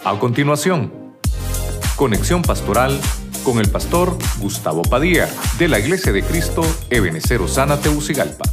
A continuación, conexión pastoral con el pastor Gustavo Padilla de la Iglesia de Cristo Ebenecer Osana Tegucigalpa.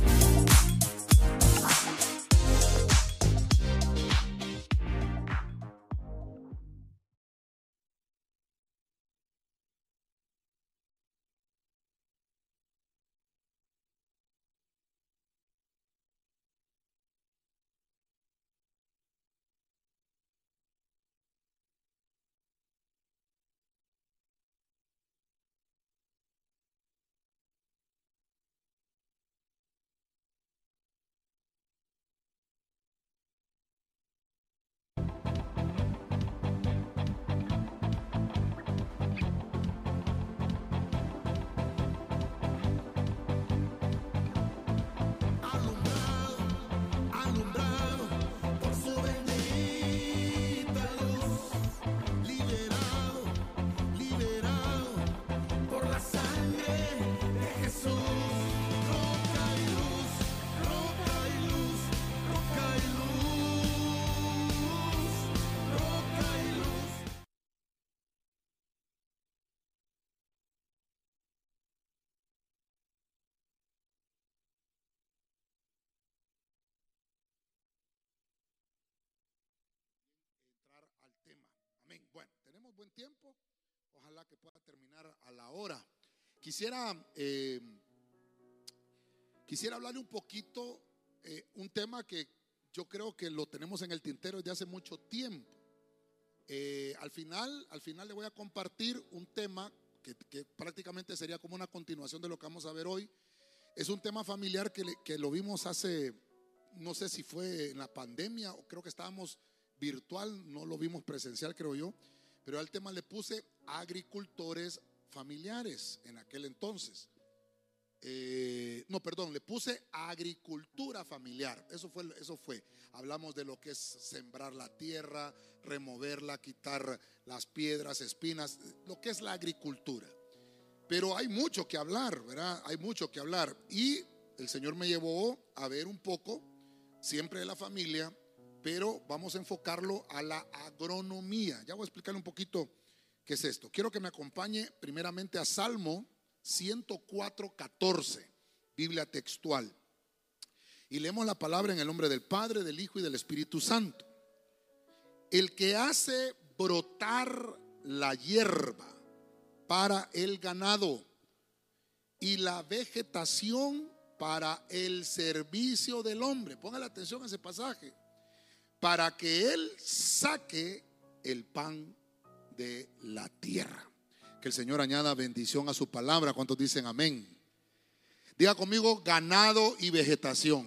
Al tema. Amén. Bueno, tenemos buen tiempo. Ojalá que pueda terminar a la hora. Quisiera hablarle un poquito, un tema que yo creo que lo tenemos en el tintero desde hace mucho tiempo. Al final le voy a compartir un tema que prácticamente sería como una continuación de lo que vamos a ver hoy. Es un tema familiar que lo vimos hace, no sé si fue en la pandemia o creo que estábamos virtual, no lo vimos presencial, creo yo, pero al tema le puse agricultores familiares en aquel entonces. Le puse agricultura familiar. Eso fue. Hablamos de lo que es sembrar la tierra, removerla, quitar las piedras, espinas, lo que es la agricultura. Pero hay mucho que hablar, ¿verdad? Hay mucho que hablar. Y el Señor me llevó a ver un poco, siempre de la familia, pero vamos a enfocarlo a la agronomía. Ya voy a explicarle un poquito qué es esto. Quiero que me acompañe primeramente a Salmo 104:14, Biblia textual. Y leemos la palabra en el nombre del Padre, del Hijo y del Espíritu Santo. El que hace brotar la hierba para el ganado y la vegetación para el servicio del hombre. Ponga la atención a ese pasaje. Para que Él saque el pan de la tierra. Que el Señor añada bendición a su palabra. ¿Cuántos dicen amén? Diga conmigo: ganado y vegetación.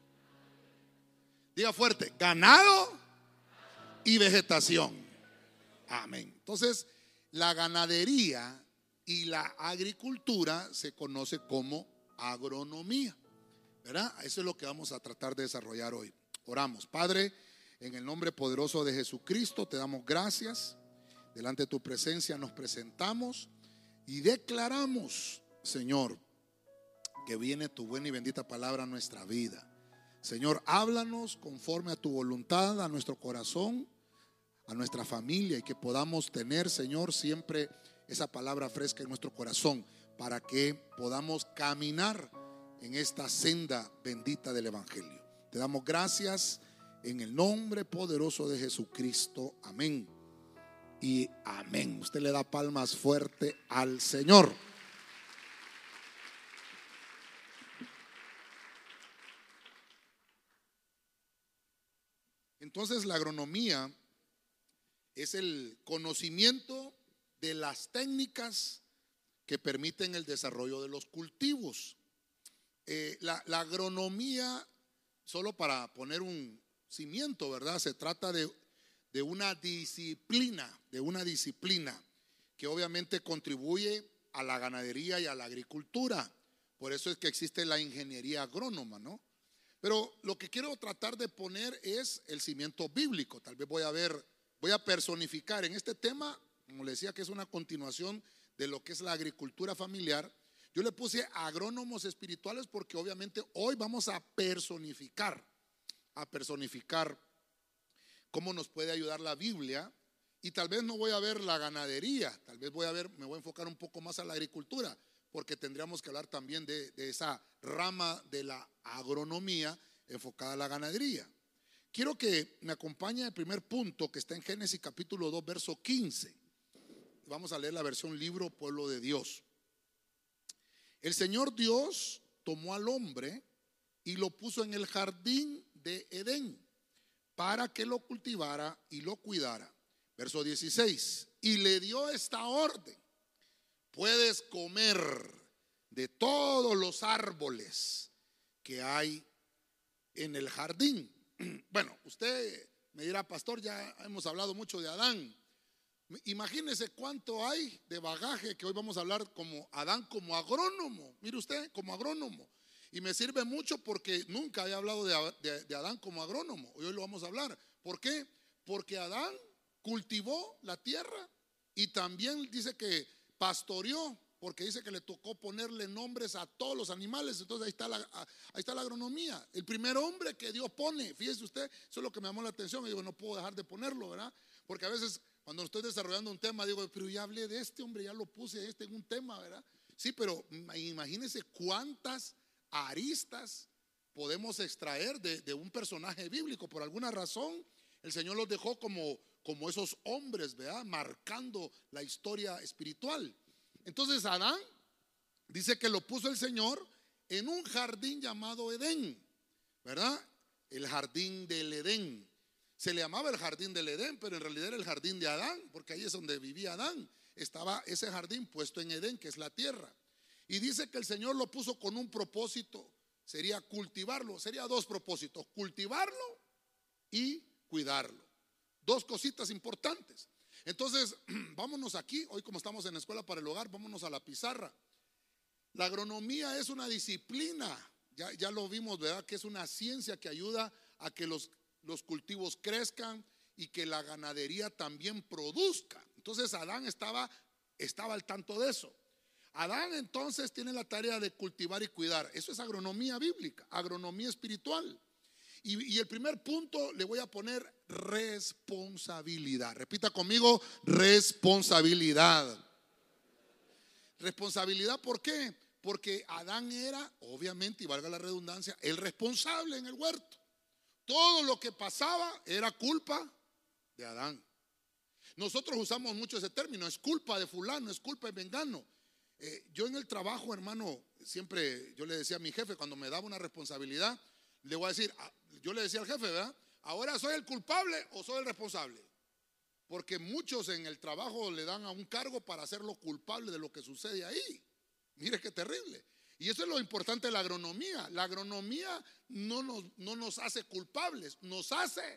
Diga fuerte: ganado y vegetación. Amén. Entonces, la ganadería y la agricultura se conoce como agronomía, ¿verdad? Eso es lo que vamos a tratar de desarrollar hoy. Oramos. Padre, en el nombre poderoso de Jesucristo te damos gracias. Delante de tu presencia nos presentamos y declaramos, Señor, que viene tu buena y bendita palabra a nuestra vida. Señor, háblanos conforme a tu voluntad, a nuestro corazón, a nuestra familia, y que podamos tener, Señor, siempre esa palabra fresca en nuestro corazón para que podamos caminar en esta senda bendita del Evangelio. Te damos gracias en el nombre poderoso de Jesucristo. Amén y amén. Usted le da palmas fuerte al Señor. Entonces, la agronomía es el conocimiento de las técnicas que permiten el desarrollo de los cultivos. La agronomía, solo para poner un cimiento, ¿verdad? Se trata de una disciplina, que obviamente contribuye a la ganadería y a la agricultura. Por eso es que existe la ingeniería agrónoma, ¿no? Pero lo que quiero tratar de poner es el cimiento bíblico. Tal vez voy a personificar en este tema, como le decía, que es una continuación de lo que es la agricultura familiar. Yo le puse agrónomos espirituales porque obviamente hoy vamos a personificar cómo nos puede ayudar la Biblia Y tal vez no voy a ver la ganadería, tal vez me voy a enfocar un poco más a la agricultura, porque tendríamos que hablar también de esa rama de la agronomía enfocada a la ganadería. Quiero que me acompañe el primer punto que está en Génesis capítulo 2, verso 15. Vamos a leer la versión libro Pueblo de Dios. El Señor Dios tomó al hombre y lo puso en el jardín de Edén para que lo cultivara y lo cuidara. Verso 16, y le dio esta orden: puedes comer de todos los árboles que hay en el jardín. Bueno, usted me dirá, pastor, ya hemos hablado mucho de Adán. Imagínese cuánto hay de bagaje que hoy vamos a hablar como Adán como agrónomo. Mire usted, como agrónomo. Y me sirve mucho porque nunca había hablado de Adán como agrónomo. Hoy lo vamos a hablar. ¿Por qué? Porque Adán cultivó la tierra y también dice que pastoreó, porque dice que le tocó ponerle nombres a todos los animales. Entonces ahí está la agronomía. El primer hombre que Dios pone, fíjese usted, eso es lo que me llamó la atención. Y digo, no puedo dejar de ponerlo, ¿verdad? Porque a veces cuando estoy desarrollando un tema digo, pero ya hablé de este hombre, ya lo puse en un tema, ¿verdad? Sí, pero imagínense cuántas aristas podemos extraer de un personaje bíblico. Por alguna razón el Señor los dejó como esos hombres, ¿verdad? Marcando la historia espiritual. Entonces Adán dice que lo puso el Señor en un jardín llamado Edén, ¿verdad? El jardín del Edén. Se le llamaba el jardín del Edén, pero en realidad era el jardín de Adán, porque ahí es donde vivía Adán. Estaba ese jardín puesto en Edén, que es la tierra. Y dice que el Señor lo puso con un propósito, sería cultivarlo. Sería dos propósitos: cultivarlo y cuidarlo. Dos cositas importantes. Entonces, vámonos aquí, hoy como estamos en la escuela para el hogar, vámonos a la pizarra. La agronomía es una disciplina, ya lo vimos, ¿verdad? Que es una ciencia que ayuda a que los cultivos crezcan y que la ganadería también produzca. Entonces Adán estaba al tanto de eso. Adán entonces tiene la tarea de cultivar y cuidar. Eso es agronomía bíblica, agronomía espiritual. Y el primer punto le voy a poner responsabilidad. Repita conmigo, responsabilidad. Responsabilidad, ¿por qué? Porque Adán era, obviamente, y valga la redundancia, el responsable en el huerto. Todo lo que pasaba era culpa de Adán. Nosotros usamos mucho ese término: es culpa de fulano, es culpa de mengano. Yo en el trabajo, hermano, siempre yo le decía a mi jefe, cuando me daba una responsabilidad, le voy a decir, yo le decía al jefe, ¿verdad? ¿Ahora soy el culpable o soy el responsable? Porque muchos en el trabajo le dan a un cargo para hacerlo culpable de lo que sucede ahí. Mire qué terrible. Y eso es lo importante de la agronomía. La agronomía no nos hace culpables, nos hace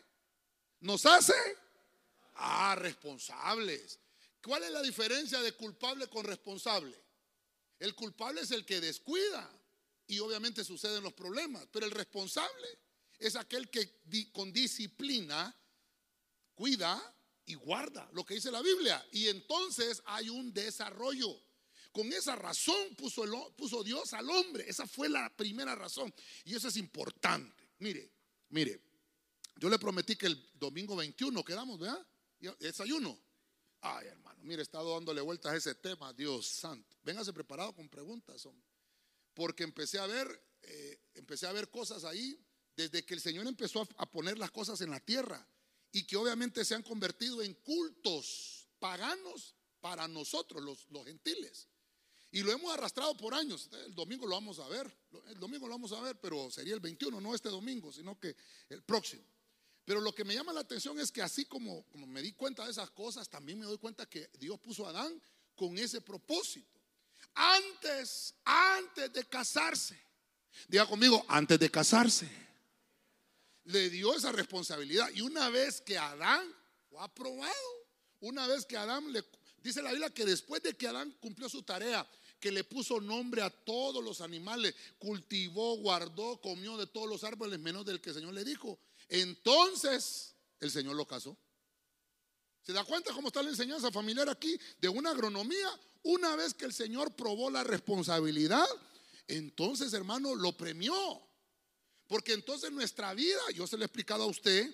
responsables. ¿Cuál es la diferencia de culpable con responsable? El culpable es el que descuida y obviamente suceden los problemas, pero el responsable es aquel que con disciplina cuida y guarda lo que dice la Biblia, y entonces hay un desarrollo. Con esa razón puso Dios al hombre. Esa fue la primera razón, y eso es importante. Mire, yo le prometí que el domingo 21 quedamos, ¿verdad? Desayuno. Ay, hermano, mire, he estado dándole vueltas a ese tema. Dios santo, véngase preparado con preguntas, hombre. Porque empecé a ver cosas ahí desde que el Señor empezó a poner las cosas en la tierra, y que obviamente se han convertido en cultos paganos para nosotros los gentiles, y lo hemos arrastrado por años. El domingo lo vamos a ver, pero sería el 21, no este domingo, sino que el próximo. Pero lo que me llama la atención es que así como me di cuenta de esas cosas, también me doy cuenta que Dios puso a Adán con ese propósito. Antes de casarse, diga conmigo, antes de casarse, le dio esa responsabilidad. Y una vez que Adán fue aprobado, una vez que Adán dice la Biblia que después de que Adán cumplió su tarea, que le puso nombre a todos los animales, cultivó, guardó, comió de todos los árboles menos del que el Señor le dijo, entonces el Señor lo casó. ¿Se da cuenta cómo está la enseñanza familiar aquí de una agronomía? Una vez que el Señor probó la responsabilidad, entonces, hermano, lo premió. Porque entonces nuestra vida, yo se lo he explicado a usted,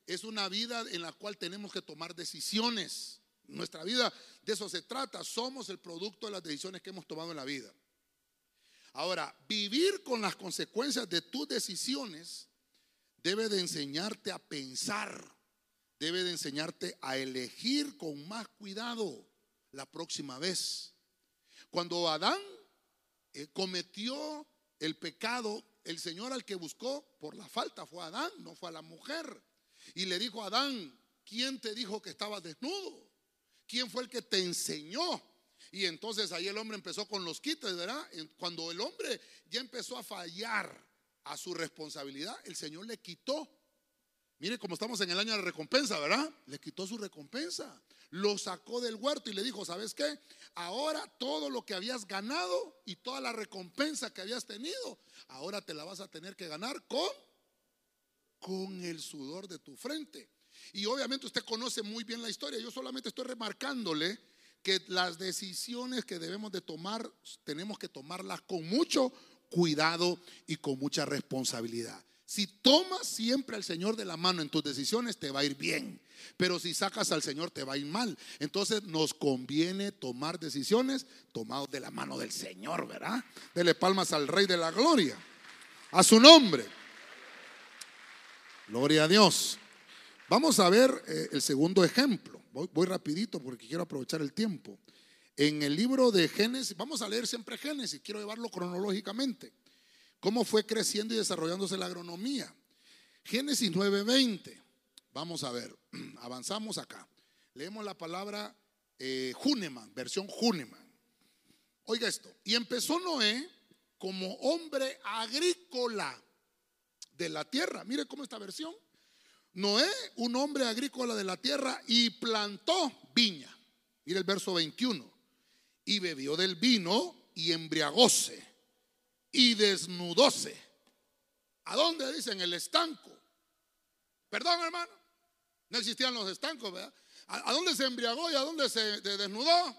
es una vida en la cual tenemos que tomar decisiones. Nuestra vida de eso se trata. Somos el producto de las decisiones que hemos tomado en la vida. Ahora, vivir con las consecuencias de tus decisiones debe de enseñarte a pensar, debe de enseñarte a elegir con más cuidado la próxima vez. Cuando Adán cometió el pecado, el Señor al que buscó por la falta fue a Adán, no fue a la mujer. Y le dijo a Adán: ¿quién te dijo que estabas desnudo? ¿Quién fue el que te enseñó? Y entonces ahí el hombre empezó con los quites, ¿verdad? Cuando el hombre ya empezó a fallar a su responsabilidad, el Señor le quitó. Mire cómo estamos en el año de la recompensa, ¿verdad? Le quitó su recompensa. Lo sacó del huerto y le dijo: ¿sabes qué? Ahora todo lo que habías ganado y toda la recompensa que habías tenido, ahora te la vas a tener que ganar con el sudor de tu frente. Y obviamente usted conoce muy bien la historia. Yo solamente estoy remarcándole que las decisiones que debemos de tomar, tenemos que tomarlas con mucho cuidado y con mucha responsabilidad. Si tomas siempre al Señor de la mano en tus decisiones, te va a ir bien. Pero si sacas al Señor, te va a ir mal. Entonces nos conviene tomar decisiones tomados de la mano del Señor, ¿verdad? Dele palmas al Rey de la Gloria, a su nombre. Gloria a Dios. Vamos a ver el segundo ejemplo. Voy rapidito porque quiero aprovechar el tiempo. En el libro de Génesis, vamos a leer siempre Génesis, quiero llevarlo cronológicamente. Cómo fue creciendo y desarrollándose la agronomía. Génesis 9:20. Vamos a ver, avanzamos acá. Leemos la palabra Húneman, versión Húneman. Oiga esto: y empezó Noé como hombre agrícola de la tierra. Mire cómo esta versión. Noé, un hombre agrícola de la tierra, y plantó viña. Mire el verso 21. Y bebió del vino y embriagóse y desnudóse. ¿A dónde dicen? El estanco. Perdón, hermano, no existían los estancos, ¿verdad? ¿A dónde se embriagó y a dónde se desnudó?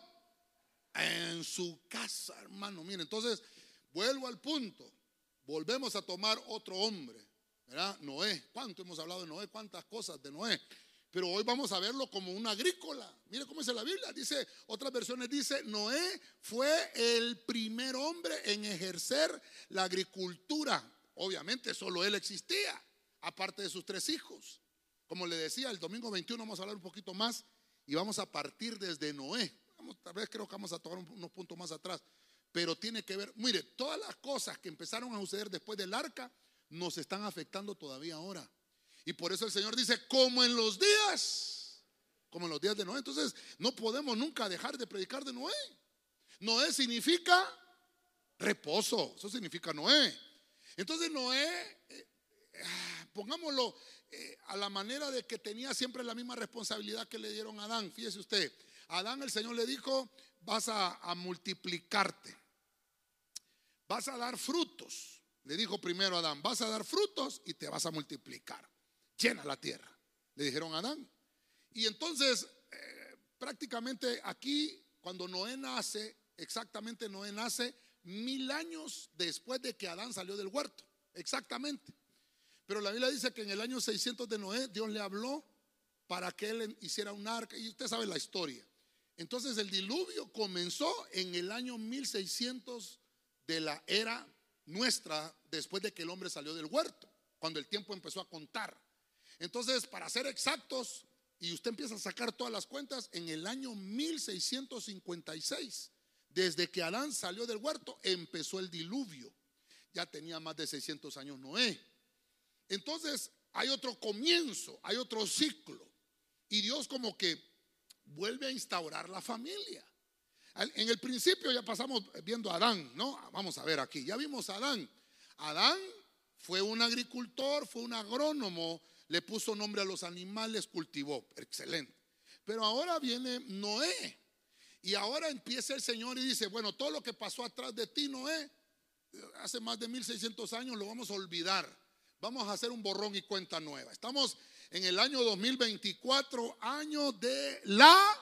En su casa, hermano. Mire, entonces vuelvo al punto. Volvemos a tomar otro hombre, ¿verdad? Noé. ¿Cuánto hemos hablado de Noé? ¿Cuántas cosas de Noé? Pero hoy vamos a verlo como un agrícola. Mire cómo dice la Biblia. Dice, otras versiones dice: Noé fue el primer hombre en ejercer la agricultura. Obviamente solo él existía, aparte de sus 3 hijos. Como le decía, el domingo 21 vamos a hablar un poquito más y vamos a partir desde Noé. Tal vez creo que vamos a tocar unos puntos más atrás, pero tiene que ver, mire, todas las cosas que empezaron a suceder después del arca nos están afectando todavía ahora. Y por eso el Señor dice: como en los días de Noé. Entonces no podemos nunca dejar de predicar de Noé. Noé significa reposo, eso significa Noé. Entonces Noé, pongámoslo a la manera de que tenía siempre la misma responsabilidad que le dieron a Adán. Fíjese usted, a Adán el Señor le dijo: vas a multiplicarte, vas a dar frutos. Le dijo primero a Adán: vas a dar frutos y te vas a multiplicar, llena la tierra, le dijeron a Adán. Y entonces prácticamente aquí, cuando Noé nace, exactamente Noé nace 1000 años después de que Adán salió del huerto, exactamente. Pero la Biblia dice que en el año 600 de Noé Dios le habló para que él hiciera un arca, y usted sabe la historia. Entonces el diluvio comenzó en el año 1600 de la era nuestra, después de que el hombre salió del huerto, cuando el tiempo empezó a contar. Entonces, para ser exactos, y usted empieza a sacar todas las cuentas, en el año 1656, desde que Adán salió del huerto, empezó el diluvio. Ya tenía más de 600 años Noé. Entonces hay otro comienzo, hay otro ciclo, y Dios como que vuelve a instaurar la familia. En el principio ya pasamos viendo a Adán, ¿no? Vamos a ver aquí, ya vimos a Adán. Adán fue un agricultor, fue un agrónomo, le puso nombre a los animales, cultivó, excelente. Pero ahora viene Noé, y ahora empieza el Señor y dice: bueno, todo lo que pasó atrás de ti, Noé, hace más de 1600 años, lo vamos a olvidar. Vamos a hacer un borrón y cuenta nueva. Estamos en el año 2024, año de la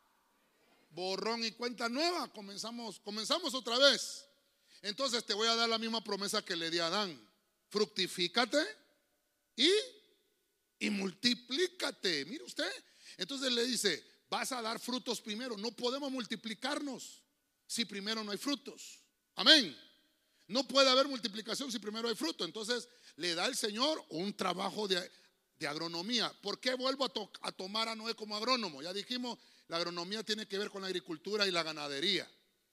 borrón y cuenta nueva. Comenzamos otra vez. Entonces te voy a dar la misma promesa que le di a Adán: fructifícate y y multiplícate. Mire usted. Entonces le dice, vas a dar frutos primero. No podemos multiplicarnos si primero no hay frutos. Amén. No puede haber multiplicación si primero hay fruto. Entonces le da el Señor un trabajo de agronomía. ¿Por qué vuelvo a tomar a Noé como agrónomo? Ya dijimos, la agronomía tiene que ver con la agricultura y la ganadería.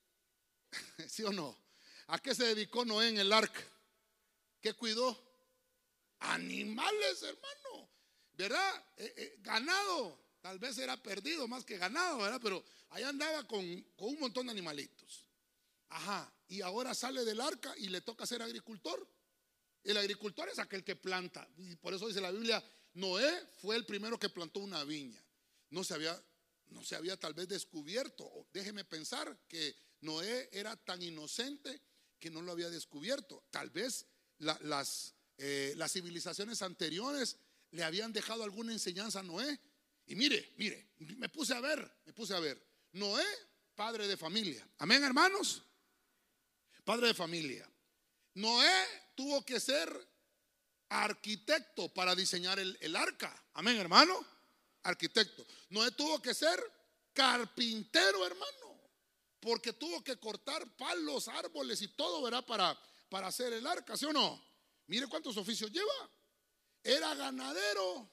¿Sí o no? ¿A qué se dedicó Noé en el arca? ¿Qué cuidó? Animales, hermano, ¿verdad? Ganado. Tal vez era perdido más que ganado, ¿verdad? Pero allá andaba con un montón de animalitos. Ajá. Y ahora sale del arca y le toca ser agricultor. El agricultor es aquel que planta. Y por eso dice la Biblia, Noé fue el primero que plantó una viña. No se había tal vez descubierto. Déjeme pensar que Noé era tan inocente que no lo había descubierto. Tal vez las civilizaciones anteriores le habían dejado alguna enseñanza a Noé. Y mire, me puse a ver. Noé, padre de familia. Amén, hermanos. Padre de familia. Noé tuvo que ser arquitecto para diseñar el arca. Amén, hermano. Arquitecto. Noé tuvo que ser carpintero, hermano, porque tuvo que cortar palos, árboles y todo, ¿verdad? Para hacer el arca, ¿sí o no? Mire cuántos oficios lleva. Era ganadero,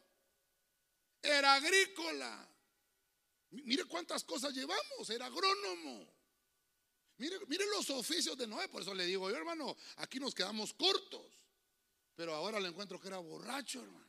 era agrícola. Mire cuántas cosas llevamos. Era agrónomo. Mire los oficios de Noé. Por eso le digo yo, hermano, aquí nos quedamos cortos. Pero ahora le encuentro que era borracho, hermano.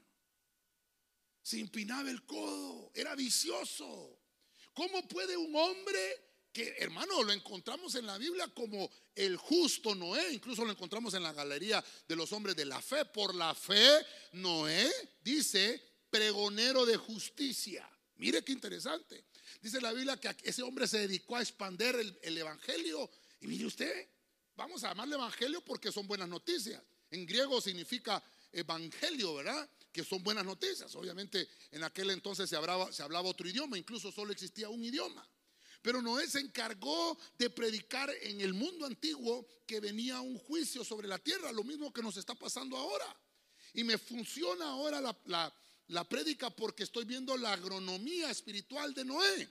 Se empinaba el codo, era vicioso. ¿Cómo puede un hombre que, hermano, lo encontramos en la Biblia como el justo Noé? Incluso lo encontramos en la galería de los hombres de la fe. Por la fe, Noé dice pregonero de justicia. Mire qué interesante. Dice la Biblia que ese hombre se dedicó a expandir el evangelio. Y mire usted, vamos a llamarle evangelio porque son buenas noticias. En griego significa evangelio, ¿verdad? Que son buenas noticias. Obviamente en aquel entonces se hablaba otro idioma, incluso solo existía un idioma. Pero Noé se encargó de predicar en el mundo antiguo que venía un juicio sobre la tierra, lo mismo que nos está pasando ahora. Y me funciona ahora la prédica porque estoy viendo la agronomía espiritual de Noé.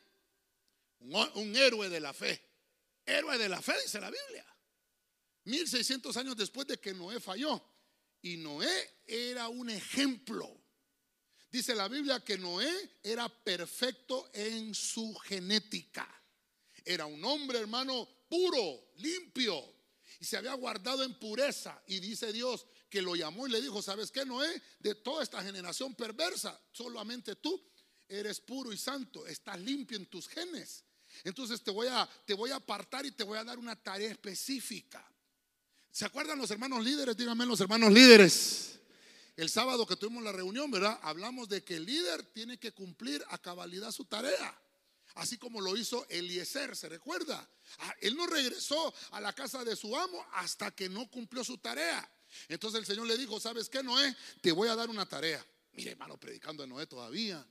Un héroe de la fe. Héroe de la fe, dice la Biblia. 1600 años después de que Noé falló. Y Noé era un ejemplo. Dice la Biblia que Noé era perfecto en su genética. Era un hombre, hermano, puro, limpio. Y se había guardado en pureza. Y dice Dios que lo llamó y le dijo, ¿sabes qué, Noé? De toda esta generación perversa, solamente tú eres puro y santo. Estás limpio en tus genes. Entonces te voy a apartar y te voy a dar una tarea específica. ¿Se acuerdan los hermanos líderes? Díganme los hermanos líderes. El sábado que tuvimos la reunión, ¿verdad? Hablamos de que el líder tiene que cumplir a cabalidad su tarea. Así como lo hizo Eliezer, ¿se recuerda? Él no regresó a la casa de su amo hasta que no cumplió su tarea. Entonces el Señor le dijo, ¿sabes qué, Noé? Te voy a dar una tarea. Mire, hermano, predicando de Noé todavía.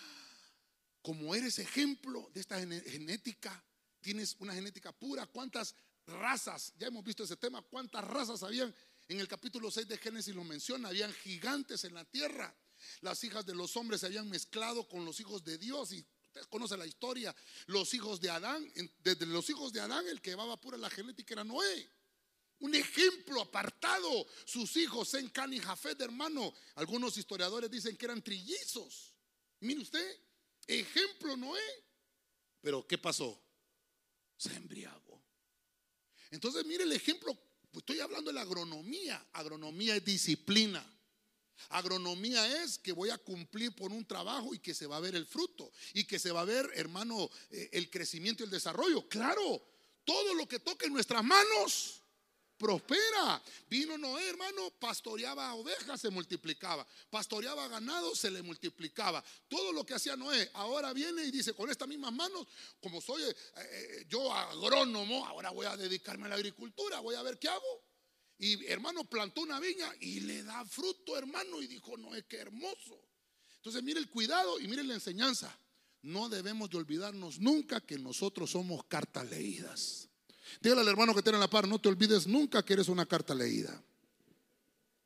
Como eres ejemplo de esta genética, tienes una genética pura. ¿Cuántas razas? Ya hemos visto ese tema. ¿Cuántas razas habían? En el capítulo 6 de Génesis lo menciona. Habían gigantes en la tierra. Las hijas de los hombres se habían mezclado con los hijos de Dios. Y usted conoce la historia. Los hijos de Adán, desde los hijos de Adán, el que llevaba pura la genética era Noé. Un ejemplo apartado. Sus hijos, Sem, Can y Jafet, hermano. Algunos historiadores dicen que eran trillizos. Mire usted, ejemplo Noé. Pero ¿qué pasó? Se embriagó. Entonces mire el ejemplo. Estoy hablando de la agronomía. Agronomía es disciplina. Agronomía es que voy a cumplir por un trabajo y que se va a ver el fruto. Y que se va a ver, hermano, el crecimiento y el desarrollo. Claro, todo lo que toque en nuestras manos prospera. Vino Noé, hermano, pastoreaba ovejas, se multiplicaba. Pastoreaba ganado, se le multiplicaba. Todo lo que hacía Noé, ahora viene y dice, con estas mismas manos, como soy yo agrónomo, ahora voy a dedicarme a la agricultura, voy a ver qué hago. Y hermano, plantó una viña y le da fruto, hermano, y dijo, Noé, qué hermoso. Entonces mire el cuidado y mire la enseñanza. No debemos de olvidarnos nunca que nosotros somos cartas leídas. Dígale al hermano que tiene a la par, no te olvides nunca que eres una carta leída.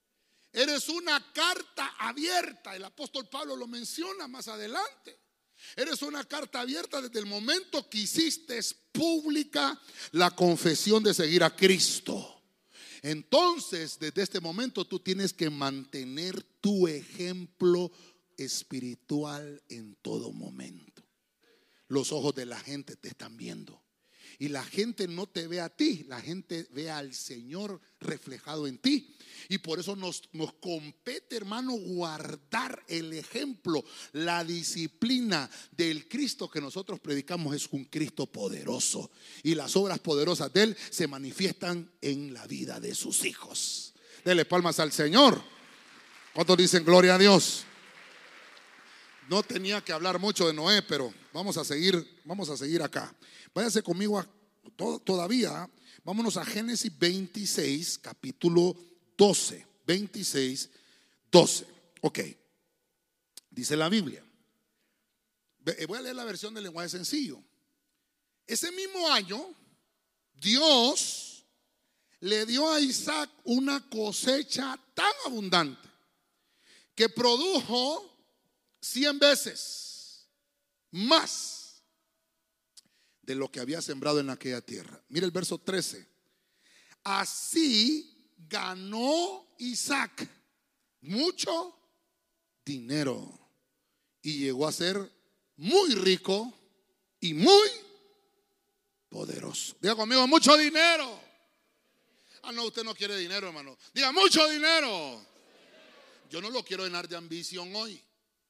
Eres una carta abierta. El apóstol Pablo lo menciona más adelante. Eres una carta abierta desde el momento que hiciste pública la confesión de seguir a Cristo. Entonces, desde este momento tú tienes que mantener tu ejemplo espiritual en todo momento. Los ojos de la gente te están viendo. Y la gente no te ve a ti, la gente ve al Señor reflejado en ti. Y por eso nos compete, hermano, guardar el ejemplo, la disciplina del Cristo que nosotros predicamos. Es un Cristo poderoso. Y las obras poderosas de Él se manifiestan en la vida de sus hijos. Dele palmas al Señor. ¿Cuántos dicen gloria a Dios? No tenía que hablar mucho de Noé, pero vamos a seguir acá. Váyase conmigo todavía. Vámonos a Génesis 26, capítulo 12. 26, 12. Ok. Dice la Biblia. Voy a leer la versión del lenguaje sencillo. Ese mismo año, Dios le dio a Isaac una cosecha tan abundante que produjo 100 veces más de lo que había sembrado en aquella tierra. Mira el verso 13. Así ganó Isaac mucho dinero y llegó a ser muy rico y muy poderoso. Diga conmigo, mucho dinero. Ah, no, usted no quiere dinero, hermano. Diga, mucho dinero. Yo no lo quiero llenar de ambición hoy.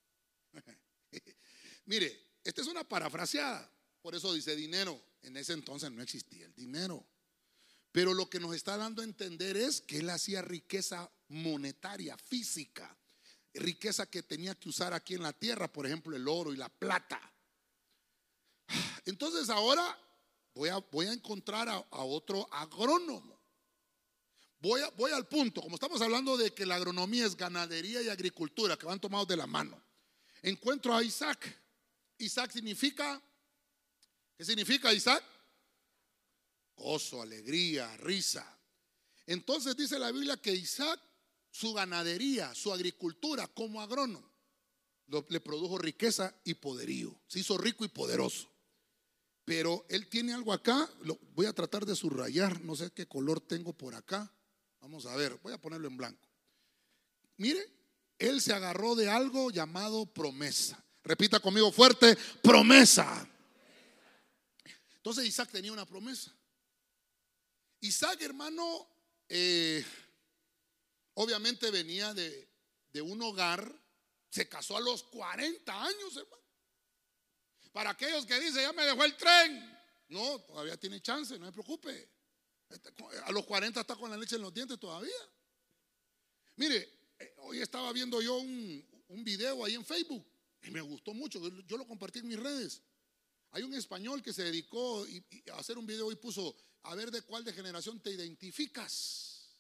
Mire, esta es una parafraseada. Por eso dice dinero. En ese entonces no existía el dinero. Pero lo que nos está dando a entender es que él hacía riqueza monetaria, física. Riqueza que tenía que usar aquí en la tierra. Por ejemplo, el oro y la plata. Entonces ahora voy a encontrar a otro agrónomo. Voy al punto. Como estamos hablando de que la agronomía es ganadería y agricultura, que van tomados de la mano. Encuentro a Isaac. Isaac significa, ¿qué significa Isaac? Gozo, alegría, risa. Entonces dice la Biblia que Isaac, su ganadería, su agricultura como agrónomo, le produjo riqueza y poderío. Se hizo rico y poderoso. Pero él tiene algo acá. Voy a tratar de subrayar. No sé qué color tengo por acá. Vamos a ver, voy a ponerlo en blanco. Mire, él se agarró de algo llamado promesa. Repita conmigo fuerte, promesa. Entonces Isaac tenía una promesa. Isaac, hermano, obviamente venía de un hogar. Se casó a los 40 años, hermano. Para aquellos que dicen, ya me dejó el tren. No, todavía tiene chance, no se preocupe. A los 40 está con la leche en los dientes todavía. Mire, hoy estaba viendo yo un video ahí en Facebook y me gustó mucho. Yo lo compartí en mis redes. Hay un español que se dedicó a hacer un video y puso: a ver de cuál de generación te identificas.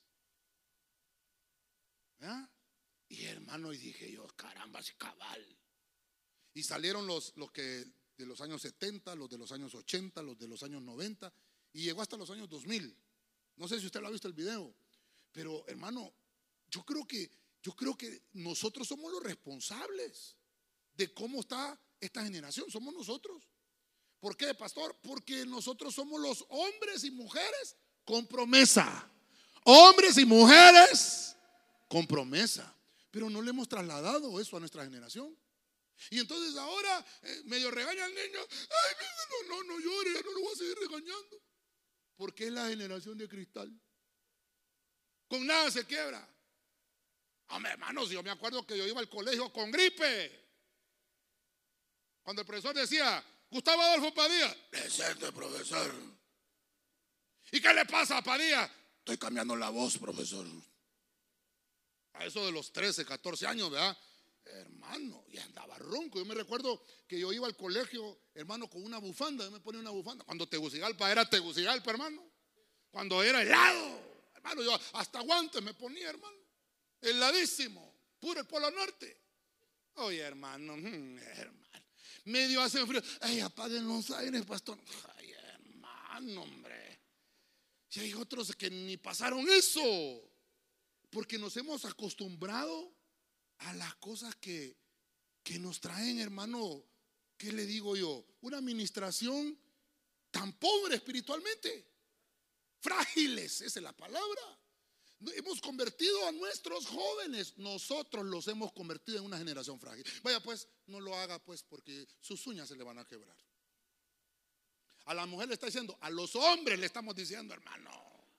¿Ah? Y hermano, y dije yo, caramba, si cabal. Y salieron los que de los años 70, los de los años 80, los de los años 90, y llegó hasta los años 2000. No sé si usted lo ha visto el video, pero hermano, yo creo que nosotros somos los responsables de cómo está esta generación. Somos nosotros. ¿Por qué, pastor? Porque nosotros somos los hombres y mujeres con promesa. Hombres y mujeres con promesa. Pero no le hemos trasladado eso a nuestra generación. Y entonces ahora medio regaña al niño. Ay, no llore, ya no lo voy a seguir regañando. Porque es la generación de cristal. Con nada se quiebra. Hombre, hermanos, yo me acuerdo que yo iba al colegio con gripe. Cuando el profesor decía: Gustavo Adolfo Padilla. Presente, profesor. ¿Y qué le pasa a Padilla? Estoy cambiando la voz, profesor. A eso de los 13, 14 años, ¿verdad? Hermano, y andaba ronco. Yo me recuerdo que yo iba al colegio, hermano, con una bufanda. Yo me ponía una bufanda. Cuando Tegucigalpa era Tegucigalpa, hermano. Cuando era helado, hermano, yo hasta guantes me ponía, hermano. Heladísimo, puro el Polo Norte. Oye, hermano, medio hace frío. Ay, apaguen los aires, pastor. Ay, hermano, hombre. Si hay otros que ni pasaron eso. Porque nos hemos acostumbrado a las cosas que nos traen, hermano, ¿qué le digo yo? Una administración tan pobre espiritualmente, frágiles, esa es la palabra. Hemos convertido a nuestros jóvenes, nosotros los hemos convertido en una generación frágil. Vaya pues, no lo haga pues, porque sus uñas se le van a quebrar. A la mujer le está diciendo, a los hombres le estamos diciendo, hermano.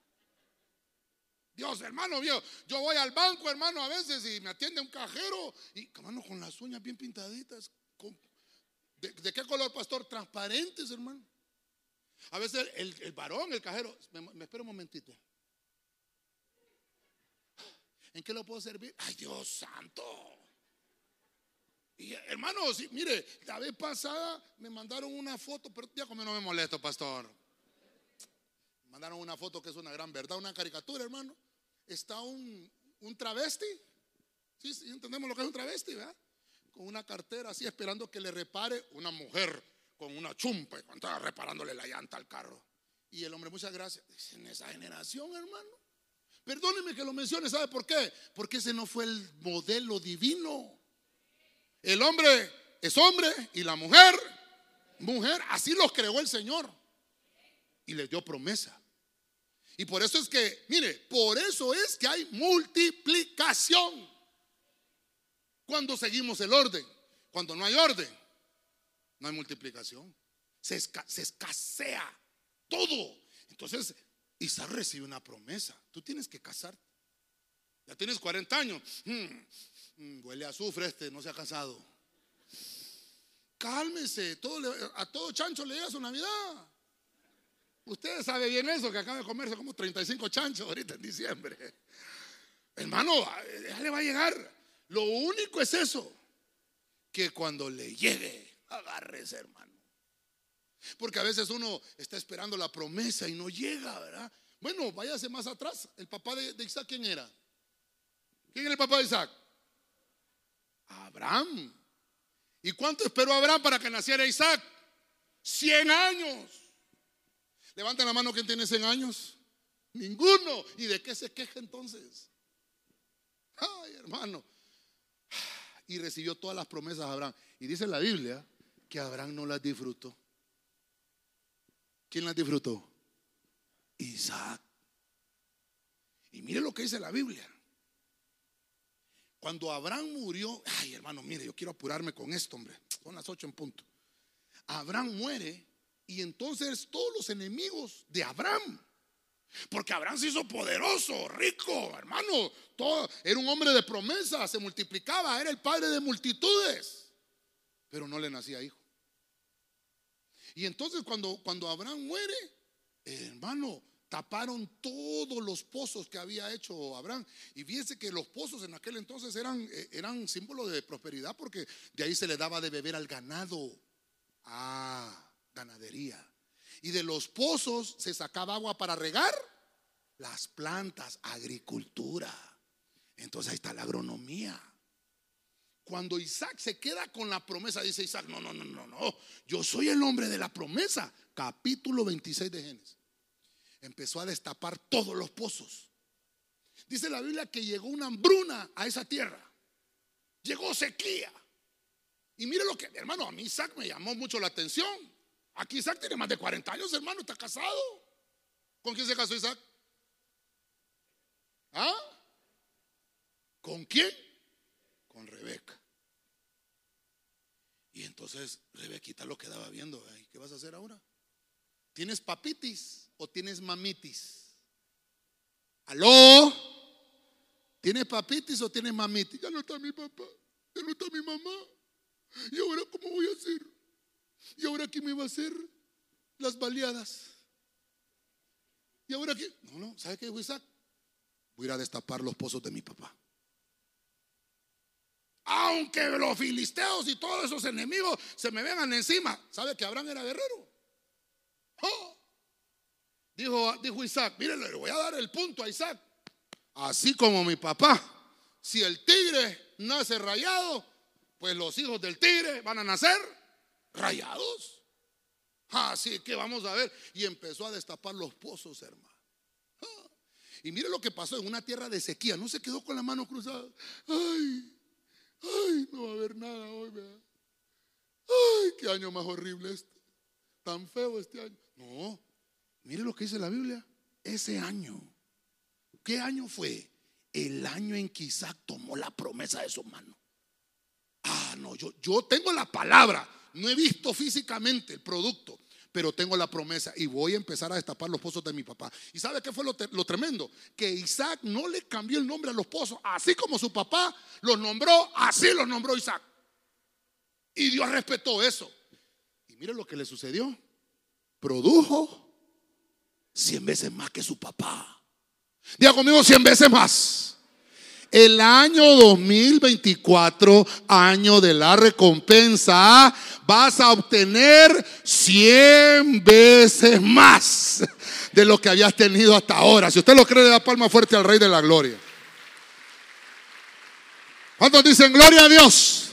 Dios, hermano, yo voy al banco, hermano, a veces y me atiende un cajero y, hermano, con las uñas bien pintaditas. ¿De qué color, pastor? Transparentes, hermano. A veces el varón, el cajero, me espera un momentito. ¿En qué lo puedo servir? Ay, Dios santo. Y hermano, sí, mire, la vez pasada me mandaron una foto, pero ya como no me molesto, pastor. Me mandaron una foto que es una gran verdad, una caricatura, hermano. Está un travesti. Sí, entendemos lo que es un travesti, ¿verdad? Con una cartera así esperando que le repare una mujer con una chumpa y cuando estaba reparándole la llanta al carro. Y el hombre, muchas gracias. Dice, en esa generación, hermano. Perdóneme que lo mencione, ¿sabe por qué? Porque ese no fue el modelo divino. El hombre es hombre y la mujer, así los creó el Señor. Y les dio promesa. Y por eso es que, mire, por eso es que hay multiplicación. Cuando seguimos el orden, cuando no hay orden, no hay multiplicación. Se escasea todo. Entonces, Isaac recibe una promesa. Tú tienes que casarte. Ya tienes 40 años. Huele a azufre no se ha casado. Cálmese. A todo chancho le llega su Navidad. Usted sabe bien eso, que acaba de comerse como 35 chanchos ahorita en diciembre. Hermano, ya le va a llegar. Lo único es eso, que cuando le llegue, agárrese, hermano. Porque a veces uno está esperando la promesa y no llega, ¿verdad? Bueno, váyase más atrás. El papá de Isaac, ¿quién era? ¿Quién era el papá de Isaac? Abraham. ¿Y cuánto esperó Abraham para que naciera Isaac? 100 años. Levanten la mano, ¿quién tiene 100 años? Ninguno. ¿Y de qué se queja entonces? Ay, hermano. Y recibió todas las promesas de Abraham. Y dice la Biblia que Abraham no las disfrutó. ¿Quién las disfrutó? Isaac. Y mire lo que dice la Biblia. Cuando Abraham murió, ay, hermano, mire, yo quiero apurarme con esto, hombre. Son las 8 en punto. Abraham muere y entonces todos los enemigos de Abraham, porque Abraham se hizo poderoso, rico, hermano, era un hombre de promesa, se multiplicaba, era el padre de multitudes, pero no le nacía hijo. Y entonces cuando Abraham muere, hermano, taparon todos los pozos que había hecho Abraham. Y fíjense que los pozos en aquel entonces eran símbolo de prosperidad, porque de ahí se le daba de beber al ganado. Ganadería. Y de los pozos se sacaba agua para regar las plantas, agricultura. Entonces ahí está la agronomía. Cuando Isaac se queda con la promesa, dice Isaac, no, yo soy el hombre de la promesa. Capítulo 26 de Génesis. Empezó a destapar todos los pozos. Dice la Biblia que llegó una hambruna a esa tierra. Llegó sequía. Y mire lo que, hermano, a mí Isaac me llamó mucho la atención. Aquí Isaac tiene más de 40 años, hermano, está casado. ¿Con quién se casó Isaac? ¿Con quién? Con Rebeca. Y entonces Rebequita lo quedaba viendo. ¿Qué vas a hacer ahora? ¿Tienes papitis o tienes mamitis? ¿Aló? ¿Tienes papitis o tienes mamitis? Ya no está mi papá, ya no está mi mamá. ¿Y ahora cómo voy a hacer? ¿Y ahora quién me va a hacer las baleadas? ¿Y ahora qué? No, ¿sabe qué dijo Isaac? Voy a ir a destapar los pozos de mi papá. Aunque los filisteos y todos esos enemigos se me vengan encima. ¿Sabe que Abraham era guerrero? Dijo Isaac, mire, le voy a dar el punto a Isaac. Así como mi papá, si el tigre nace rayado, pues los hijos del tigre van a nacer rayados. Así que vamos a ver. Y empezó a destapar los pozos, hermano. Y mire lo que pasó en una tierra de sequía. No se quedó con la mano cruzada. Ay, no va a haber nada hoy, ¿verdad? Ay, qué año más horrible este. Tan feo este año. No, mire lo que dice la Biblia. Ese año, ¿qué año fue? El año en que Isaac tomó la promesa de su mano. No, yo tengo la palabra. No he visto físicamente el producto, pero tengo la promesa y voy a empezar a destapar los pozos de mi papá. ¿Y sabe qué fue lo tremendo? Que Isaac no le cambió el nombre a los pozos. Así como su papá los nombró, así los nombró Isaac. Y Dios respetó eso. Y mire lo que le sucedió. Produjo 100 veces más que su papá. Diga conmigo, 100 veces más. El año 2024, año de la recompensa, vas a obtener 100 veces más de lo que habías tenido hasta ahora. Si usted lo cree, le da palma fuerte al Rey de la Gloria. ¿Cuántos dicen gloria a Dios?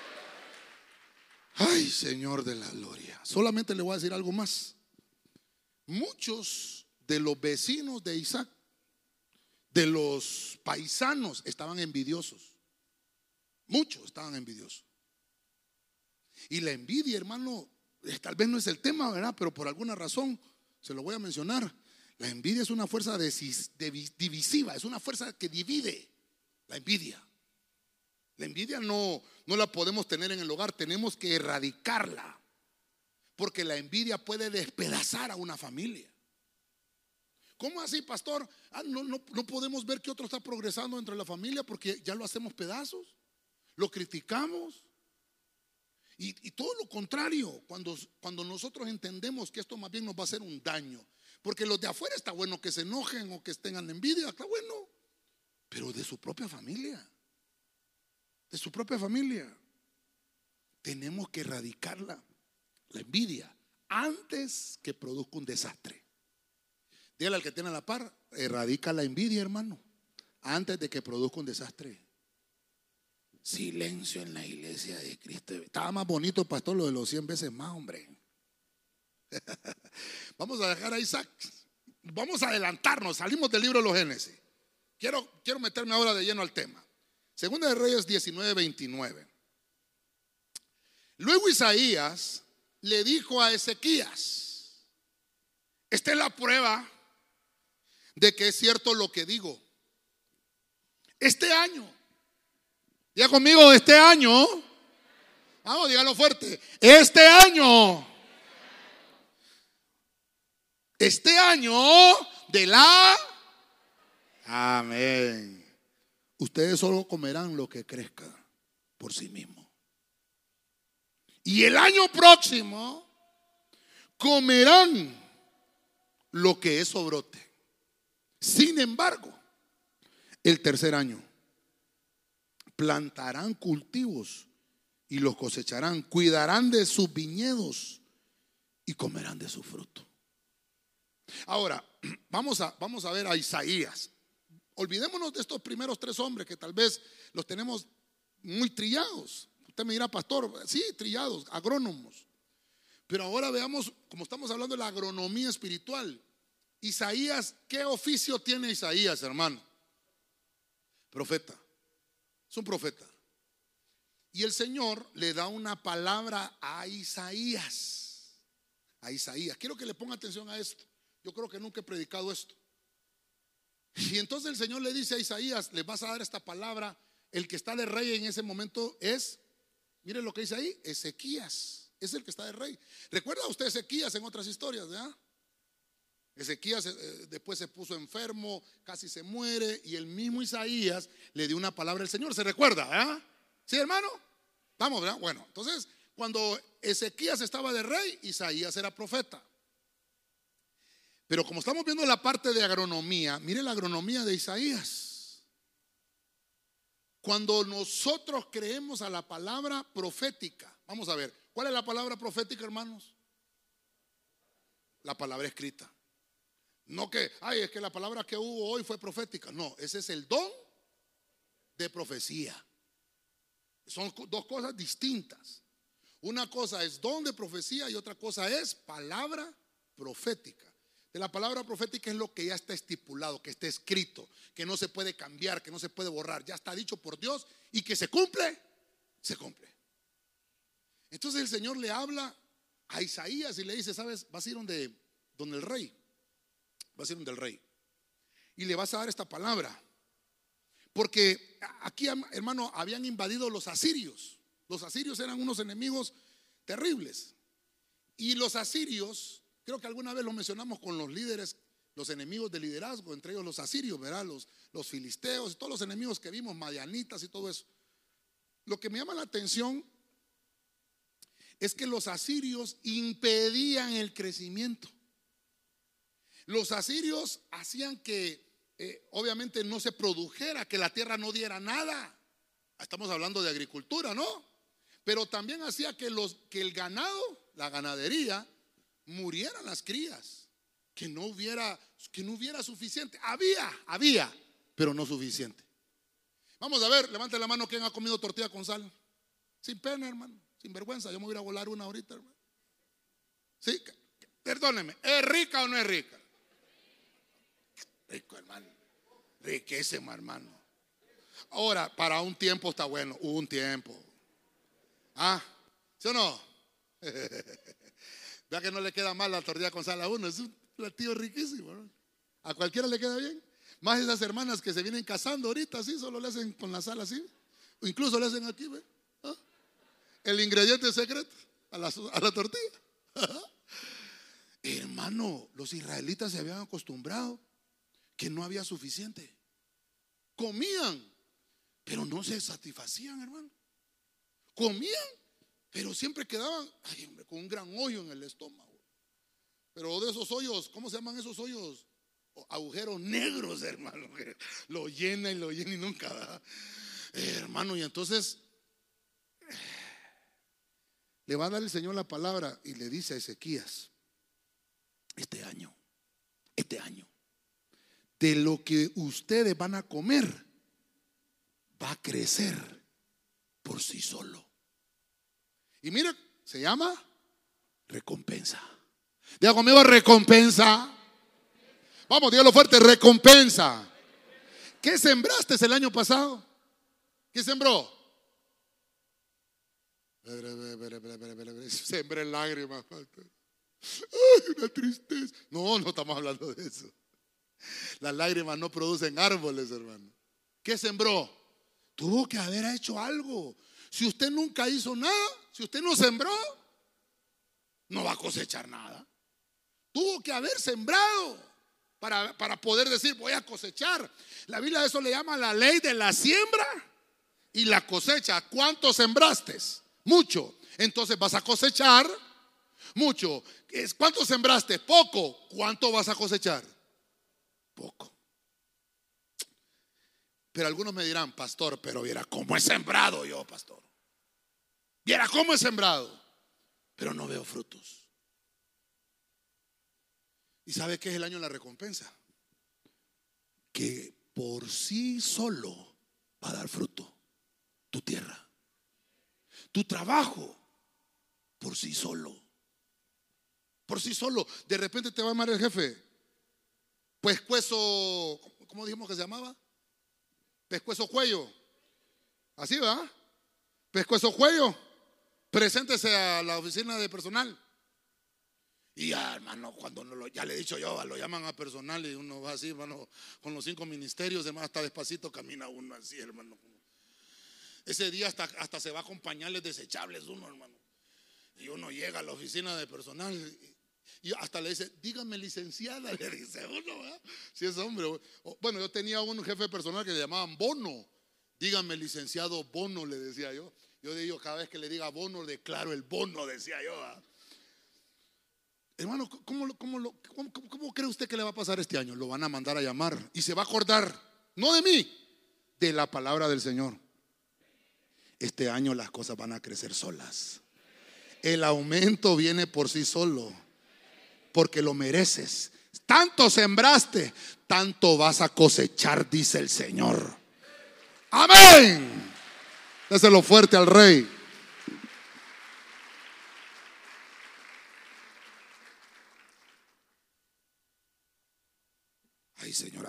Ay, Señor de la Gloria. Solamente le voy a decir algo más. Muchos de los vecinos de Isaac, de los paisanos, estaban envidiosos. Muchos estaban envidiosos. Y la envidia, hermano, tal vez no es el tema, ¿verdad? Pero por alguna razón se lo voy a mencionar. La envidia es una fuerza divisiva, es una fuerza que divide. La envidia. La envidia no la podemos tener en el hogar, tenemos que erradicarla. Porque la envidia puede despedazar a una familia. ¿Cómo así, pastor? No podemos ver que otro está progresando entre la familia porque ya lo hacemos pedazos, lo criticamos. Y todo lo contrario, cuando nosotros entendemos que esto más bien nos va a hacer un daño. Porque los de afuera está bueno que se enojen o que tengan envidia, está bueno. Pero de su propia familia, tenemos que erradicarla, la envidia, antes que produzca un desastre. Dígale al que tiene a la par, erradica la envidia, hermano, antes de que produzca un desastre. Silencio en la iglesia de Cristo. Estaba más bonito, pastor, lo de los 100 veces más, hombre. Vamos a dejar a Isaac. Vamos a adelantarnos, salimos del libro de los Génesis. Quiero meterme ahora de lleno al tema. Segunda de Reyes 19:29. Luego Isaías le dijo a Ezequías: esta es la prueba de que es cierto lo que digo. Este año, diga conmigo, este año, vamos, dígalo fuerte, este año de la, amén, ustedes solo comerán lo que crezca por sí mismo. Y el año próximo comerán lo que eso brote. Sin embargo, el tercer año plantarán cultivos y los cosecharán, cuidarán de sus viñedos y comerán de su fruto. Ahora, vamos a ver a Isaías. Olvidémonos de estos primeros 3 hombres que tal vez los tenemos muy trillados. Usted me dirá, pastor, sí, trillados, agrónomos. Pero ahora veamos, como estamos hablando de la agronomía espiritual, Isaías, ¿qué oficio tiene Isaías, hermano? Profeta. Es un profeta. Y el Señor le da una palabra a Isaías. A Isaías. Quiero que le ponga atención a esto. Yo creo que nunca he predicado esto. Y entonces el Señor le dice a Isaías: le vas a dar esta palabra. El que está de rey en ese momento es, mire lo que dice ahí, Ezequías. Es el que está de rey. ¿Recuerda usted Ezequías en otras historias, verdad? Ezequías después se puso enfermo, casi se muere, y el mismo Isaías le dio una palabra al Señor. ¿Se recuerda? ¿Verdad? ¿Sí, hermano? Vamos, ¿verdad? Bueno, entonces cuando Ezequías estaba de rey, Isaías era profeta. Pero como estamos viendo la parte de agronomía, mire la agronomía de Isaías. Cuando nosotros creemos a la palabra profética, vamos a ver, ¿cuál es la palabra profética, hermanos? La palabra escrita. No que, es que la palabra que hubo hoy fue profética. No, ese es el don de profecía. Son 2 cosas distintas. Una cosa es don de profecía y otra cosa es palabra profética. de la palabra profética es lo que ya está estipulado, que está escrito, que no se puede cambiar, que no se puede borrar. Ya está dicho por Dios y que se cumple, se cumple. Entonces el Señor le habla a Isaías y le dice: ¿sabes? Vas a ir donde el rey. Vas a ir donde el rey y le vas a dar esta palabra. Porque aquí, hermano, habían invadido los asirios. Los asirios eran unos enemigos terribles. Y los asirios, creo que alguna vez lo mencionamos con los líderes, los enemigos de liderazgo, entre ellos los asirios, ¿verdad? Los filisteos y todos los enemigos que vimos, madianitas y todo eso. Lo que me llama la atención es que los asirios impedían el crecimiento. Los asirios hacían que obviamente no se produjera, que la tierra no diera nada. Estamos hablando de agricultura, ¿no? Pero también hacía que el ganado, la ganadería, murieran las crías, que no hubiera suficiente. Había, pero no suficiente. Vamos a ver, levante la mano, ¿quién ha comido tortilla con sal? Sin pena, hermano, sin vergüenza. Yo me voy a volar una ahorita, hermano. Sí, perdóneme, ¿es rica o no es rica? Rico, hermano. Riquísimo, hermano. Ahora, para un tiempo está bueno, un tiempo. ¿Sí o no? Vea que no le queda mal la tortilla con sal a uno. Es un platillo riquísimo, ¿no? A cualquiera le queda bien. Más esas hermanas que se vienen casando ahorita, así, solo le hacen con la sal así. O incluso le hacen aquí, ¿ve? El ingrediente secreto a la tortilla. Hermano, los israelitas se habían acostumbrado que no había suficiente. Comían, pero no se satisfacían, hermano. Comían, pero siempre quedaban, ay, hombre, con un gran hoyo en el estómago. Pero de esos hoyos, ¿cómo se llaman esos hoyos? Agujeros negros, hermano, que lo llena y nunca da. Hermano, y entonces le va a dar el Señor la palabra y le dice a Ezequías: este año, de lo que ustedes van a comer, va a crecer por sí solo. Y mira, se llama recompensa. Diga conmigo, recompensa. Vamos, dígalo fuerte, recompensa. ¿Qué sembraste el año pasado? ¿Qué sembró? Sembré lágrimas. Ay, una tristeza. No estamos hablando de eso. Las lágrimas no producen árboles, hermano. ¿Qué sembró? Tuvo que haber hecho algo. Si usted nunca hizo nada, si usted no sembró, no va a cosechar nada. Tuvo que haber sembrado para poder decir: voy a cosechar. La Biblia a eso le llama la ley de la siembra y la cosecha. ¿Cuánto sembraste? Mucho. Entonces vas a cosechar mucho. ¿Cuánto sembraste? Poco. ¿Cuánto vas a cosechar? Poco. Pero algunos me dirán: pastor, pero viera cómo he sembrado yo, pastor. Viera cómo he sembrado, pero no veo frutos. ¿Y sabe qué es el año de la recompensa? Que por sí solo va a dar fruto tu tierra, tu trabajo, por sí solo. Por sí solo. De repente te va a llamar el jefe: pescuezo, ¿cómo dijimos que se llamaba? Pescuezo cuello. Así va. Pescuezo cuello. Preséntese a la oficina de personal. Y ya, hermano, cuando ya le he dicho yo, lo llaman a personal y uno va así, hermano, con los 5 ministerios, además hasta despacito camina uno así, hermano. Ese día hasta se va a acompañarles desechables uno, hermano. Y uno llega a la oficina de personal y hasta le dice: dígame, licenciada, le dice uno, ¿verdad? Si es hombre. Bueno, yo tenía un jefe personal que le llamaban Bono. Dígame, licenciado Bono, le decía yo. Yo digo, cada vez que le diga Bono, declaro el bono, decía yo, ¿verdad? Hermano, ¿cómo cree usted que le va a pasar este año? Lo van a mandar a llamar y se va a acordar, no de mí, de la palabra del Señor. Este año las cosas van a crecer solas. El aumento viene por sí solo, porque lo mereces. Tanto sembraste, tanto vas a cosechar, dice el Señor. Amén. Déselo fuerte al Rey.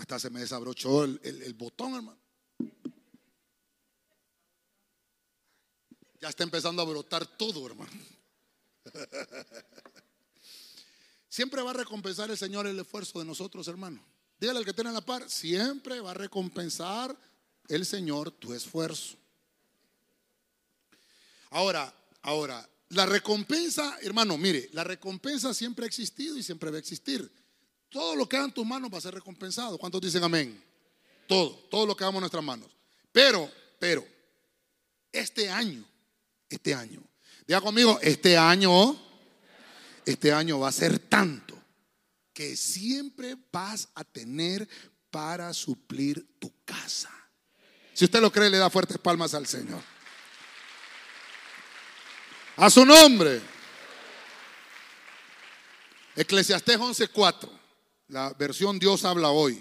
hasta se me desabrochó el botón, hermano. Ya está empezando a brotar todo, hermano. Siempre va a recompensar el Señor el esfuerzo de nosotros, hermano. Dígale al que tiene a la par, siempre va a recompensar el Señor tu esfuerzo. Ahora, la recompensa, hermano, mire, la recompensa siempre ha existido y siempre va a existir. Todo lo que haga en tus manos va a ser recompensado. ¿Cuántos dicen amén? Todo lo que hagamos en nuestras manos. Pero, este año, diga conmigo, este año va a ser tanto que siempre vas a tener para suplir tu casa. Si usted lo cree, le da fuertes palmas al Señor. A su nombre. Eclesiastés 11:4, la versión Dios habla hoy.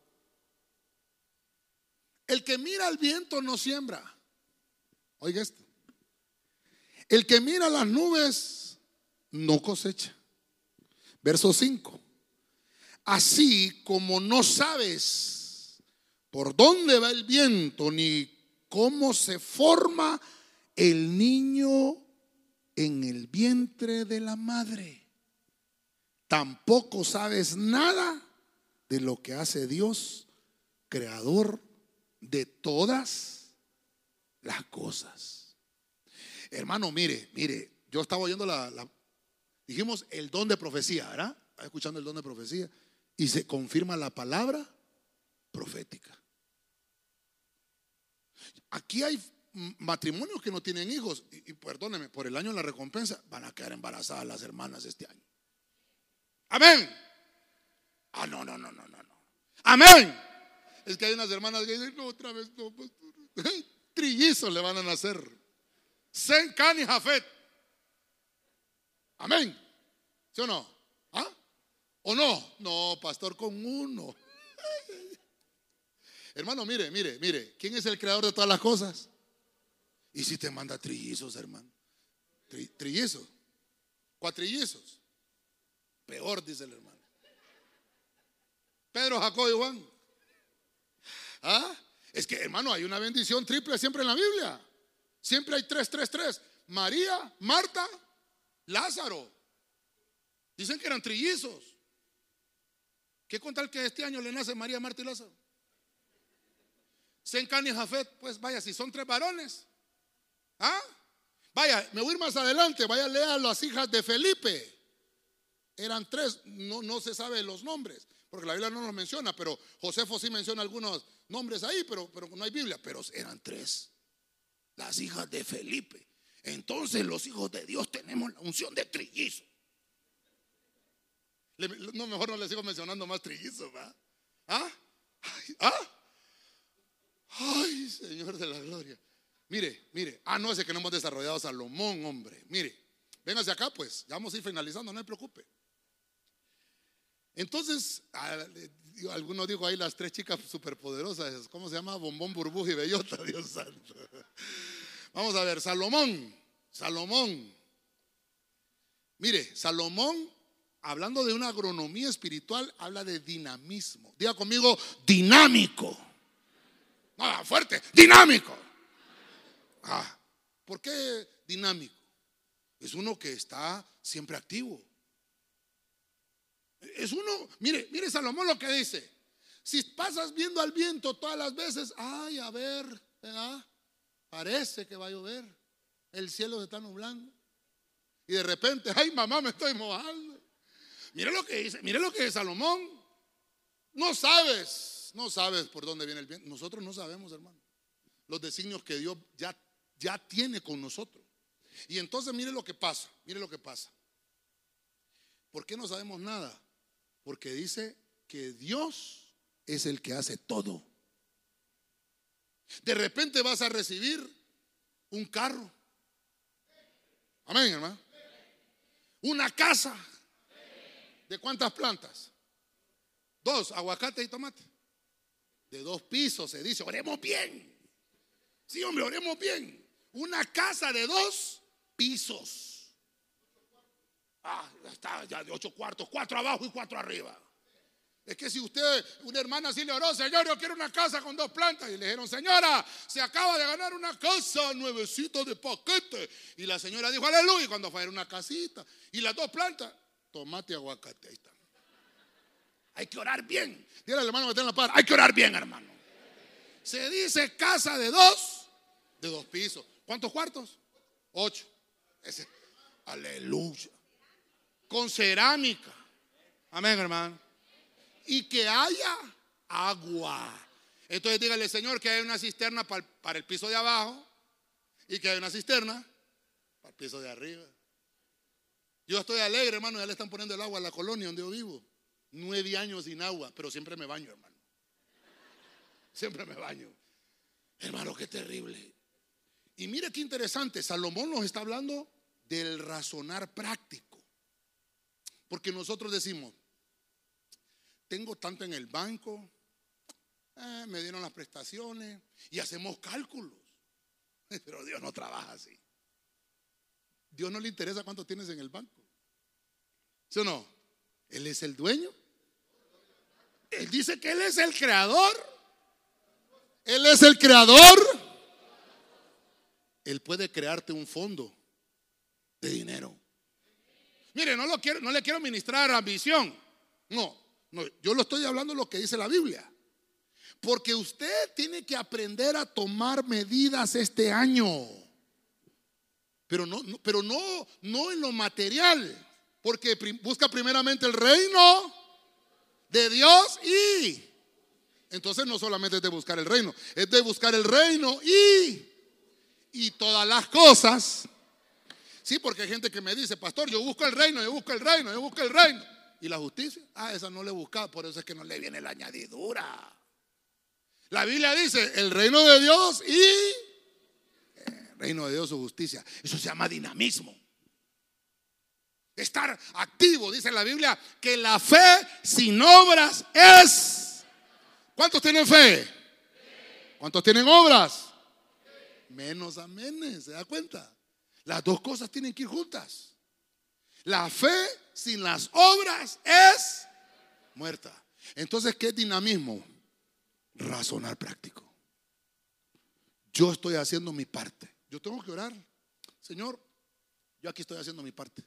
El que mira al viento no siembra. Oiga esto. El que mira las nubes no cosecha. Verso 5. Así como no sabes por dónde va el viento ni cómo se forma el niño en el vientre de la madre, tampoco sabes nada de lo que hace Dios, creador de todas las cosas. Hermano, mire, yo estaba oyendo dijimos el don de profecía, ¿verdad? Estaba escuchando el don de profecía y se confirma la palabra profética. Aquí hay matrimonios que no tienen hijos y perdónenme, por el año de la recompensa van a quedar embarazadas las hermanas este año. Amén. No. Amén. Es que hay unas hermanas que dicen, no, otra vez no, pastor. Trillizos le van a nacer. Sem, Can y Jafet. Amén. ¿Sí o no? ¿Ah? ¿O no? No, pastor, con uno. Hermano, mire. ¿Quién es el creador de todas las cosas? ¿Y si te manda trillizos, hermano? Trillizos. Cuatrillizos. Peor, dice el hermano. Pedro, Jacob y Juan. Es que, hermano, hay una bendición triple siempre en la Biblia. Siempre hay 3. María, Marta, Lázaro. Dicen que eran trillizos. ¿Qué contar que este año le nace María, Marta y Lázaro? Sem, Can y Jafet. Pues vaya, si son 3 varones. Vaya, me voy a ir más adelante. Vaya a leer a las hijas de Felipe. Eran 3, no se sabe los nombres, porque la Biblia no los menciona, pero Josefo sí menciona algunos nombres ahí, pero no hay Biblia. Pero eran 3, las hijas de Felipe. Entonces los hijos de Dios tenemos la unción de trillizo. No, mejor no les sigo mencionando más trillizos, ¿va? Ay, Señor de la gloria. Mire. No, ese que no hemos desarrollado Salomón, hombre. Mire, véngase acá pues, ya vamos a ir finalizando, no se preocupe. Entonces, alguno dijo ahí las 3 chicas superpoderosas, ¿cómo se llama? Bombón, Burbuja y Bellota, Dios santo. Vamos a ver, Salomón. Mire, Salomón, hablando de una agronomía espiritual, habla de dinamismo. Diga conmigo, dinámico. Fuerte, dinámico. ¿Por qué dinámico? Es uno que está siempre activo. Es uno, mire Salomón lo que dice. Si pasas viendo al viento todas las veces, a ver, ¿verdad? Parece que va a llover. El cielo se está nublando. Y de repente, ay mamá, me estoy mojando. Mire lo que dice Salomón. No sabes por dónde viene el viento. Nosotros no sabemos, hermano, los designios que Dios ya tiene con nosotros. Y entonces mire lo que pasa. ¿Por qué no sabemos nada? Porque dice que Dios es el que hace todo. De repente vas a recibir un carro. Amén, hermano. Una casa. ¿De cuántas plantas? 2, aguacate y tomate. De 2 pisos, se dice, oremos bien. Sí, hombre, oremos bien. Una casa de 2 pisos. Está ya de 8 cuartos, 4 abajo y 4 arriba. Es que si usted, una hermana así le oró, Señor, yo quiero una casa con 2 plantas. Y le dijeron, señora, se acaba de ganar una casa nuevecita de paquete. Y la señora dijo, aleluya. Y cuando fue a ver una casita y las 2 plantas, tomate y aguacate. Ahí está. Hay que orar bien. Dile al hermano que está en la par, hay que orar bien, hermano. Se dice casa de 2 pisos. ¿Cuántos cuartos? 8. Aleluya. Con cerámica. Amén, hermano. Y que haya agua. Entonces dígale, Señor, que hay una cisterna para el piso de abajo y que hay una cisterna para el piso de arriba. Yo estoy alegre, hermano, ya le están poniendo el agua a la colonia donde yo vivo. 9 años sin agua, pero siempre me baño, hermano. Siempre me baño. Hermano, qué terrible. Y mire qué interesante, Salomón nos está hablando del razonar práctico. Porque nosotros decimos, tengo tanto en el banco, me dieron las prestaciones y hacemos cálculos. Pero Dios no trabaja así. Dios no le interesa cuánto tienes en el banco. ¿Sí o no? Él es el dueño. Él dice que Él es el creador. Él es el creador. Él puede crearte un fondo de dinero. Mire, no le quiero ministrar ambición. No, yo lo estoy hablando de lo que dice la Biblia. Porque usted tiene que aprender a tomar medidas este año. Pero no en lo material. Porque busca primeramente el reino de Dios y entonces no solamente es de buscar el reino, es de buscar el reino y todas las cosas. Sí, porque hay gente que me dice, pastor, yo busco el reino, yo busco el reino, yo busco el reino. ¿Y la justicia? Esa no le he buscado, por eso es que no le viene la añadidura. La Biblia dice, el reino de Dios y el reino de Dios su justicia. Eso se llama dinamismo. Estar activo, dice la Biblia, que la fe sin obras es. ¿Cuántos tienen fe? ¿Cuántos tienen obras? Menos amenes, ¿se da cuenta? Las 2 cosas tienen que ir juntas. La fe sin las obras es muerta. Entonces, ¿qué es dinamismo? Razonar práctico. Yo estoy haciendo mi parte. Yo tengo que orar. Señor, yo aquí estoy haciendo mi parte.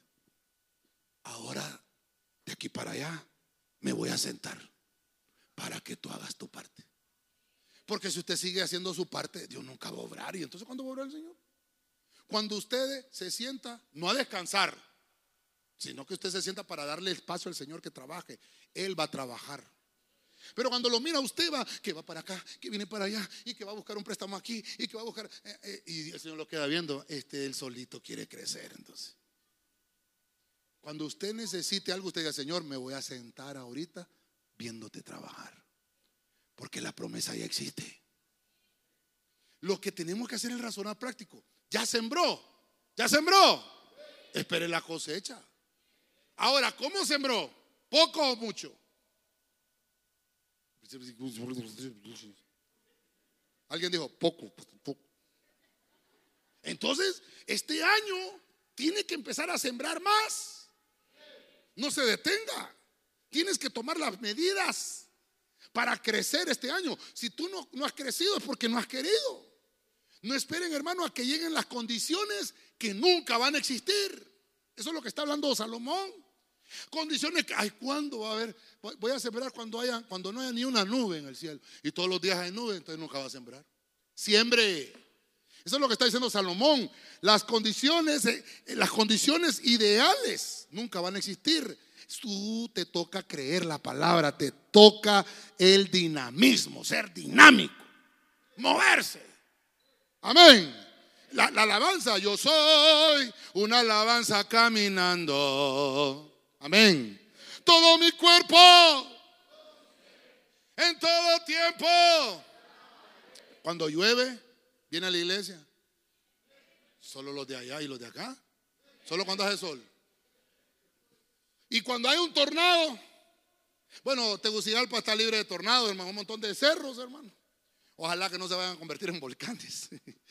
Ahora, de aquí para allá, me voy a sentar para que tú hagas tu parte. Porque si usted sigue haciendo su parte, Dios nunca va a obrar. ¿Y entonces cuándo va a obrar el Señor? Cuando usted se sienta, no a descansar, sino que usted se sienta para darle espacio al Señor que trabaje. Él va a trabajar. Pero cuando lo mira usted que va para acá, que viene para allá y que va a buscar un préstamo aquí y que va a buscar y el Señor lo queda viendo, él solito quiere crecer. Entonces, cuando usted necesite algo, usted diga, Señor, me voy a sentar ahorita viéndote trabajar, porque la promesa ya existe. Lo que tenemos que hacer es razonar práctico. Ya sembró, espere la cosecha. Ahora, ¿cómo sembró? ¿Poco o mucho? Alguien dijo poco. Entonces, este año tiene que empezar a sembrar más. No se detenga. Tienes que tomar las medidas para crecer este año. Si tú no has crecido es porque no has querido. No esperen, hermano, a que lleguen las condiciones que nunca van a existir. Eso es lo que está hablando Salomón. Condiciones que, ¿cuándo va a haber? Voy a sembrar cuando no haya ni una nube en el cielo. Y todos los días hay nube, entonces nunca va a sembrar. Siembre. Eso es lo que está diciendo Salomón. Las condiciones ideales nunca van a existir. Tú te toca creer la palabra, te toca el dinamismo, ser dinámico, moverse. Amén. La alabanza, yo soy una alabanza caminando. Amén. Todo mi cuerpo, en todo tiempo. Cuando llueve, viene a la iglesia. Solo los de allá y los de acá. Solo cuando hace sol. Y cuando hay un tornado, bueno, Tegucigalpa está libre de tornados, hermano, un montón de cerros, hermano. Ojalá que no se vayan a convertir en volcanes.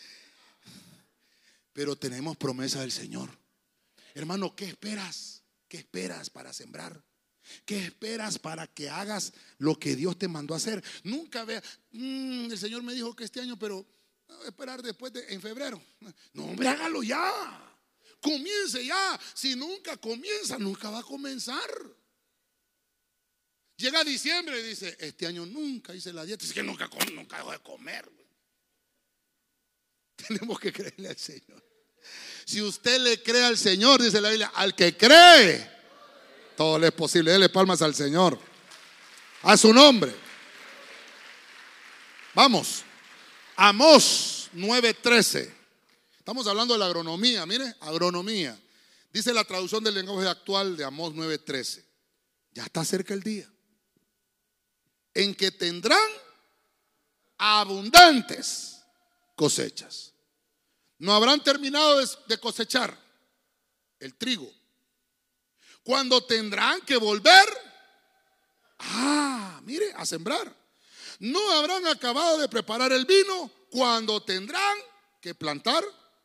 Pero tenemos promesa del Señor. Hermano, ¿qué esperas? ¿Qué esperas para sembrar? ¿Qué esperas para que hagas lo que Dios te mandó a hacer? Nunca vea, el Señor me dijo que este año, pero voy a esperar después en febrero. No, hombre, hágalo ya. Comience ya. Si nunca comienza, nunca va a comenzar. Llega diciembre y dice, este año nunca hice la dieta. Es que nunca dejo de comer. Tenemos que creerle al Señor. Si usted le cree al Señor, dice la Biblia, al que cree, todo le es posible. Dele palmas al Señor. A su nombre. Vamos. Amós 9:13. Estamos hablando de la agronomía. Mire, agronomía. Dice la traducción del lenguaje actual de Amós 9:13. Ya está cerca el día en que tendrán abundantes cosechas. No habrán terminado de cosechar el trigo, cuando tendrán que volver mire, a sembrar. No habrán acabado de preparar el vino, cuando tendrán que plantar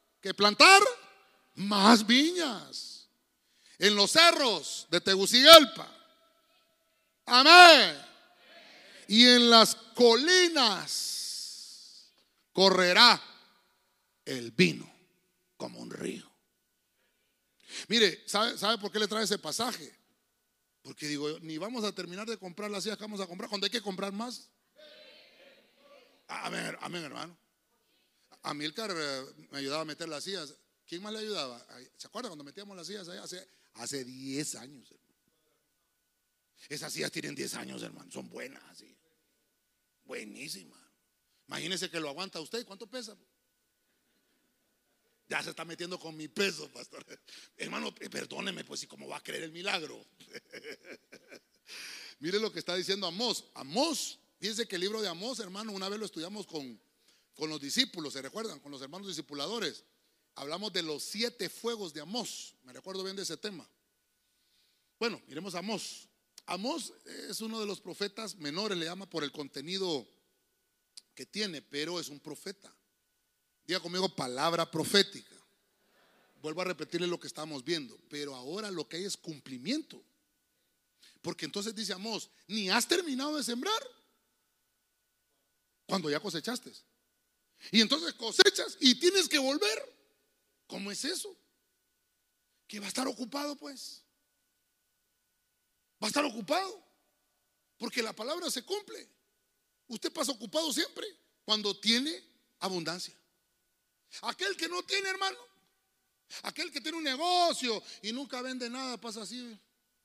más viñas en los cerros de Tegucigalpa. Amén. Y en las colinas correrá el vino como un río. Mire, ¿sabe por qué le trae ese pasaje? Porque digo, ni vamos a terminar de comprar las sillas que vamos a comprar cuando hay que comprar más. Amén, amén, hermano. Amílcar me ayudaba a meter las sillas. ¿Quién más le ayudaba? ¿Se acuerda cuando metíamos las sillas ahí hace 10 años, hermano? Esas sillas tienen 10 años, hermano. Son buenas, así. Buenísimas. Imagínese que lo aguanta usted. ¿Cuánto pesa? Ya se está metiendo con mi peso, pastor. Hermano, perdóneme, pues, ¿y cómo va a creer el milagro? Mire lo que está diciendo Amós. Amós, fíjense que el libro de Amós, hermano, una vez lo estudiamos con los discípulos, ¿se recuerdan? Con los hermanos discipuladores. Hablamos de los 7 fuegos de Amós. Me recuerdo bien de ese tema. Bueno, miremos a Amós. Amós es uno de los profetas menores, le llama por el contenido que tiene, pero es un profeta. Diga conmigo, palabra profética. Vuelvo a repetirle lo que estamos viendo, pero ahora lo que hay es cumplimiento. Porque entonces dice Amós, ni has terminado de sembrar cuando ya cosechaste. Y entonces cosechas y tienes que volver. ¿Cómo es eso? Que va a estar ocupado, pues. Va a estar ocupado, porque la palabra se cumple. Usted pasa ocupado siempre cuando tiene abundancia. Aquel que no tiene, hermano, aquel que tiene un negocio y nunca vende nada, pasa así.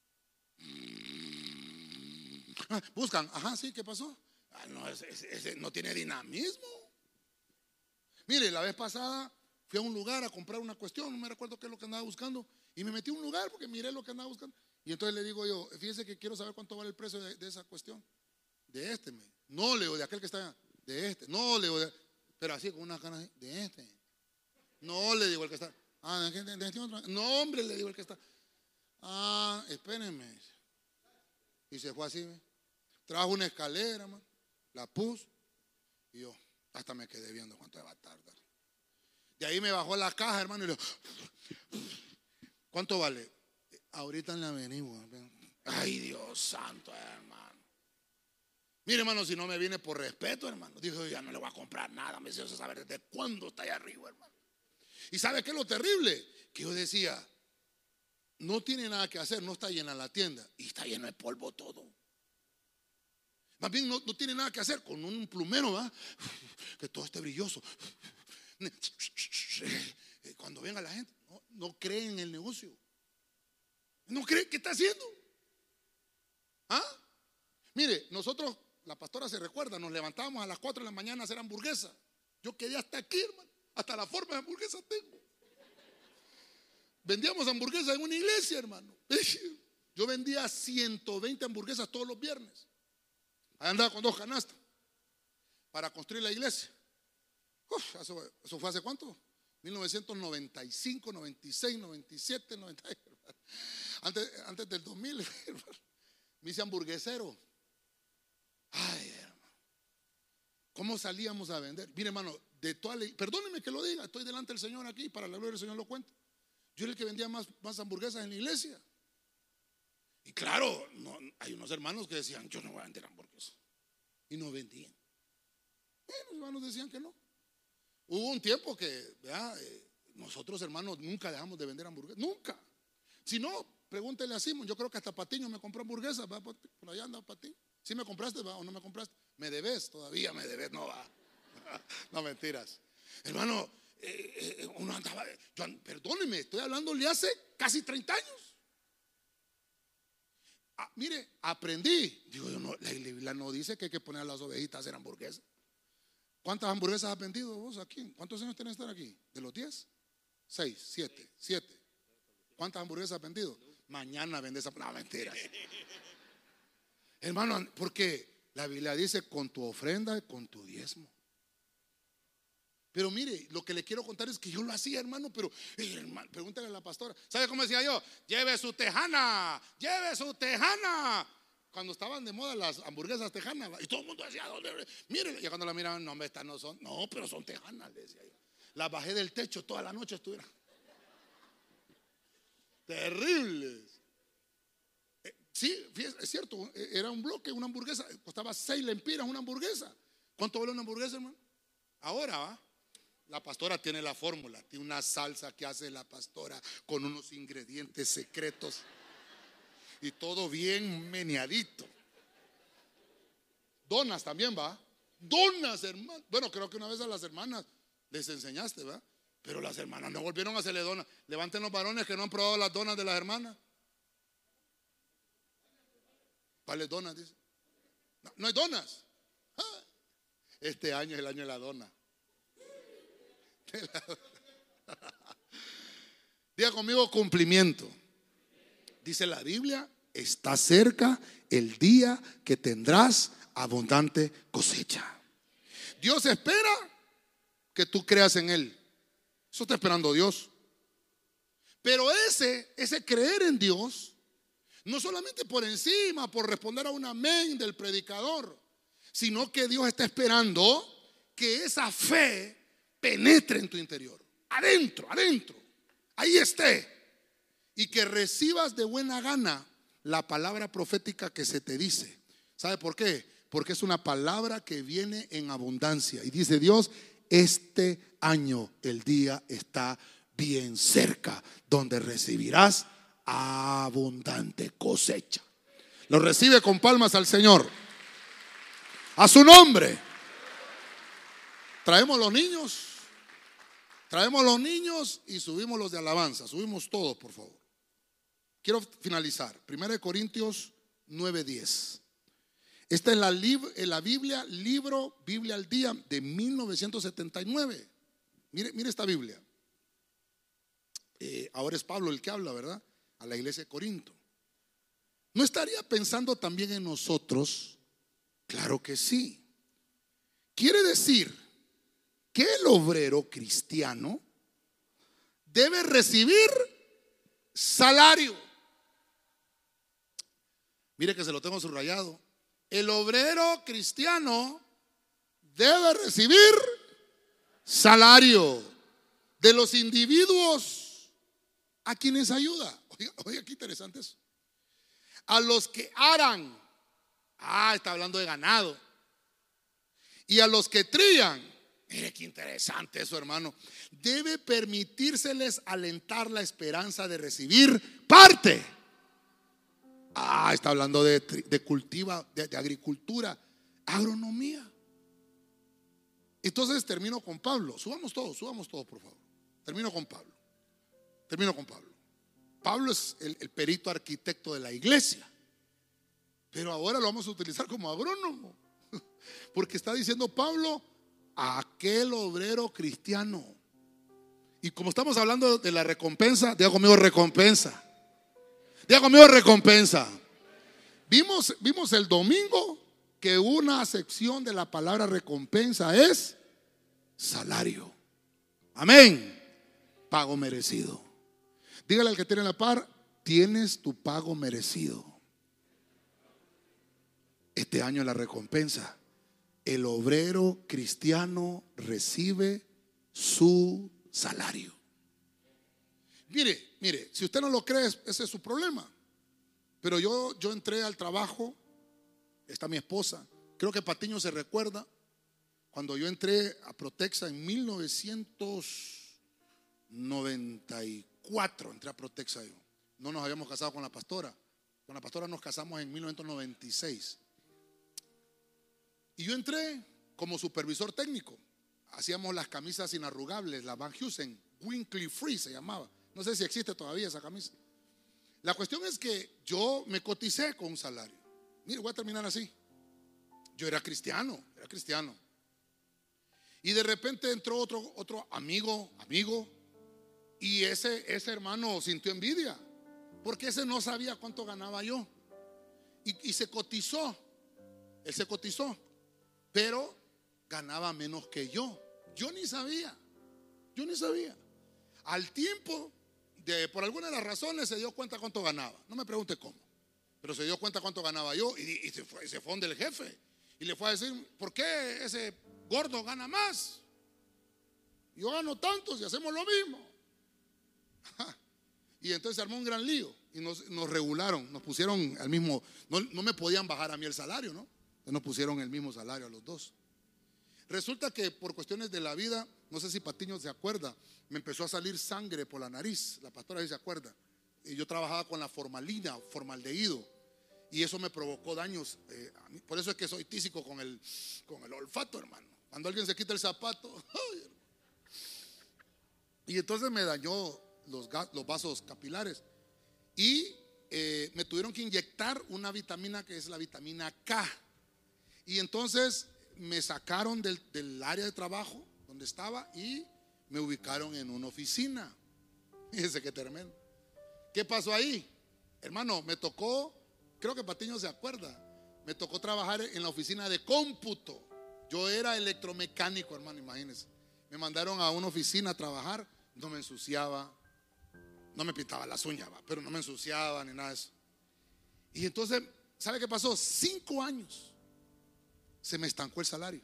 Buscan, sí, ¿qué pasó? No, ese no tiene dinamismo. Mire, la vez pasada fui a un lugar a comprar una cuestión, no me recuerdo qué es lo que andaba buscando, y me metí a un lugar porque miré lo que andaba buscando. Y entonces le digo yo, fíjese que quiero saber cuánto vale el precio de esa cuestión. De este, no le digo, de aquel que está allá, de este, no le digo, pero así con una cara de este. No le digo el que está, de este otro. No, hombre, le digo el que está. Espérenme. Y se fue así, trajo una escalera, man, la puso, y yo hasta me quedé viendo cuánto va a tardar. De ahí me bajó la caja, hermano, y le digo, ¿cuánto vale? Ahorita le avenimos. Ay, Dios santo, hermano. Mire, hermano, si no me viene por respeto, hermano, dijo, ya no le voy a comprar nada. Me hizo saber desde cuándo está allá arriba, hermano. ¿Y sabe qué es lo terrible? Que yo decía, no tiene nada que hacer, no está llena la tienda y está lleno de polvo todo. Más bien no tiene nada que hacer con un plumero, ¿verdad? Que todo esté brilloso. Cuando venga la gente, no cree en el negocio. ¿No cree? ¿Qué está haciendo? Mire, nosotros, la pastora se recuerda, nos levantábamos a las 4 de la mañana a hacer hamburguesa. Yo quedé hasta aquí, hermano. Hasta la forma de hamburguesa tengo. Vendíamos hamburguesas en una iglesia, hermano. Yo vendía 120 hamburguesas todos los viernes. Ahí andaba con 2 canastas para construir la iglesia. ¿Eso fue hace cuánto? 1995, 96, 97, 98. Antes del 2000, hermano. Me hice hamburguesero. Ay, hermano, ¿cómo salíamos a vender? Mire, hermano, perdóneme que lo diga, estoy delante del Señor aquí, para la gloria del Señor lo cuento. Yo era el que vendía más hamburguesas en la iglesia. Y claro, hay unos hermanos que decían: yo no voy a vender hamburguesas. Y no vendían. Los hermanos decían que no. Hubo un tiempo que, ¿verdad? Nosotros, hermanos, nunca dejamos de vender hamburguesas. Nunca. Si no, pregúntele a Simón. Yo creo que hasta Patiño me compró hamburguesas. ¿Va? Por allá anda Patiño. ¿Sí me compraste, va, o no me compraste? ¿Me debes? Todavía me debes, no va. No, mentiras. Hermano, uno andaba, perdóneme, estoy hablándole hace casi 30 años. Mire, aprendí. Digo yo, no, la Biblia no dice que hay que poner a las ovejitas a hacer hamburguesas. ¿Cuántas hamburguesas has vendido vos aquí? ¿Cuántos años tenés de estar aquí? ¿De los 10? 6, 7. ¿Cuántas hamburguesas has vendido? Mañana vendes. No, mentiras. Hermano, porque la Biblia dice: con tu ofrenda y con tu diezmo. Pero mire, lo que le quiero contar es que yo lo hacía, hermano. Pero hermano, pregúntale a la pastora. ¿Sabe cómo decía yo? Lleve su tejana, lleve su tejana. Cuando estaban de moda las hamburguesas tejanas, y todo el mundo decía: ¿dónde? Mire, y cuando la miraban: no, estas no son. No, pero son tejanas, le decía yo. Las bajé del techo, toda la noche estuvieron terribles. Sí, es cierto, era un bloque, una hamburguesa, costaba 6 lempiras una hamburguesa. ¿Cuánto vale una hamburguesa, hermano? Ahora, ¿va? La pastora tiene la fórmula, tiene una salsa que hace la pastora con unos ingredientes secretos y todo bien meneadito. Donas también, ¿va? Donas, hermano. Bueno, creo que una vez a las hermanas les enseñaste, ¿va? Pero las hermanas no volvieron a hacerle donas. Levanten los varones que no han probado las donas de las hermanas. ¿Cuáles donas? Dice. No hay donas. Este año es el año de la dona. Diga conmigo: cumplimiento. Dice la Biblia: está cerca el día que tendrás abundante cosecha. Dios espera que tú creas en Él. Eso está esperando Dios. Pero ese creer en Dios, no solamente por encima, por responder a un amén del predicador, sino que Dios está esperando que esa fe penetre en tu interior, adentro, ahí esté, y que recibas de buena gana la palabra profética que se te dice. ¿Sabe por qué? Porque es una palabra que viene en abundancia y dice Dios: este año el día está bien cerca donde recibirás abundante cosecha. Lo recibe con palmas al Señor. A su nombre. Traemos los niños y subimos los de alabanza. Subimos todos, por favor. Quiero finalizar. 1 Corintios 9:10. Esta es la Biblia, Biblia al día de 1979. Mire esta Biblia. Ahora es Pablo el que habla, ¿verdad? A la iglesia de Corinto. ¿No estaría pensando también en nosotros? Claro que sí. Quiere decir que el obrero cristiano debe recibir salario. Mire que se lo tengo subrayado. El obrero cristiano debe recibir salario de los individuos a quienes ayuda. Oiga, qué interesante eso. A los que aran. Está hablando de ganado. Y a los que trían. Mire qué interesante eso, hermano. Debe permitírseles alentar la esperanza de recibir parte. Está hablando de agricultura, agronomía. Entonces termino con Pablo. Subamos todos, por favor. Termino con Pablo. Pablo es el perito arquitecto de la iglesia, pero ahora lo vamos a utilizar como agrónomo, porque está diciendo Pablo: aquel obrero cristiano. Y como estamos hablando de la recompensa, diga conmigo recompensa. Vimos el domingo que una acepción de la palabra recompensa es salario. Amén. Pago merecido. Dígale al que tiene la par: tienes tu pago merecido. Este año la recompensa. El obrero cristiano recibe su salario. Mire, si usted no lo cree, ese es su problema. Pero yo entré al trabajo, está mi esposa, creo que Patiño se recuerda, cuando yo entré a Protexa en 1994, entré a Protexa yo. No nos habíamos casado con la pastora nos casamos en 1996. Y yo entré como supervisor técnico. Hacíamos las camisas inarrugables, la Van Heusen, Winkly Free se llamaba. No sé si existe todavía esa camisa. La cuestión es que yo me coticé con un salario. Mire, voy a terminar así. Yo era cristiano. Y de repente entró otro amigo, y ese hermano sintió envidia, porque ese no sabía cuánto ganaba yo. Y se cotizó. Él se cotizó, pero ganaba menos que yo. Yo ni sabía. Al tiempo, por alguna de las razones, se dio cuenta cuánto ganaba. No me pregunte cómo, pero se dio cuenta cuánto ganaba yo, y se fue donde el jefe y le fue a decir: ¿por qué ese gordo gana más? Yo gano tanto si hacemos lo mismo. Y entonces se armó un gran lío y nos regularon, nos pusieron al mismo. No me podían bajar a mí el salario, ¿no? Entonces nos pusieron el mismo salario a los dos. Resulta que por cuestiones de la vida, no sé si Patiño se acuerda, me empezó a salir sangre por la nariz. La pastora sí se acuerda. Y yo trabajaba con la formalina, formaldehído, y eso me provocó daños. Por eso es que soy tísico con el olfato, hermano. Cuando alguien se quita el zapato, y entonces me dañó los vasos capilares. Y me tuvieron que inyectar una vitamina que es la vitamina K. Y entonces me sacaron del área de trabajo donde estaba y me ubicaron en una oficina. Fíjense qué tremendo. ¿Qué pasó ahí? Hermano, me tocó, creo que Patiño se acuerda, me tocó trabajar en la oficina de cómputo. Yo era electromecánico, hermano, imagínense. Me mandaron a una oficina a trabajar, no me ensuciaba, no me pintaba las uñas, pero no me ensuciaba ni nada de eso. Y entonces, ¿sabe qué pasó? 5 años se me estancó el salario.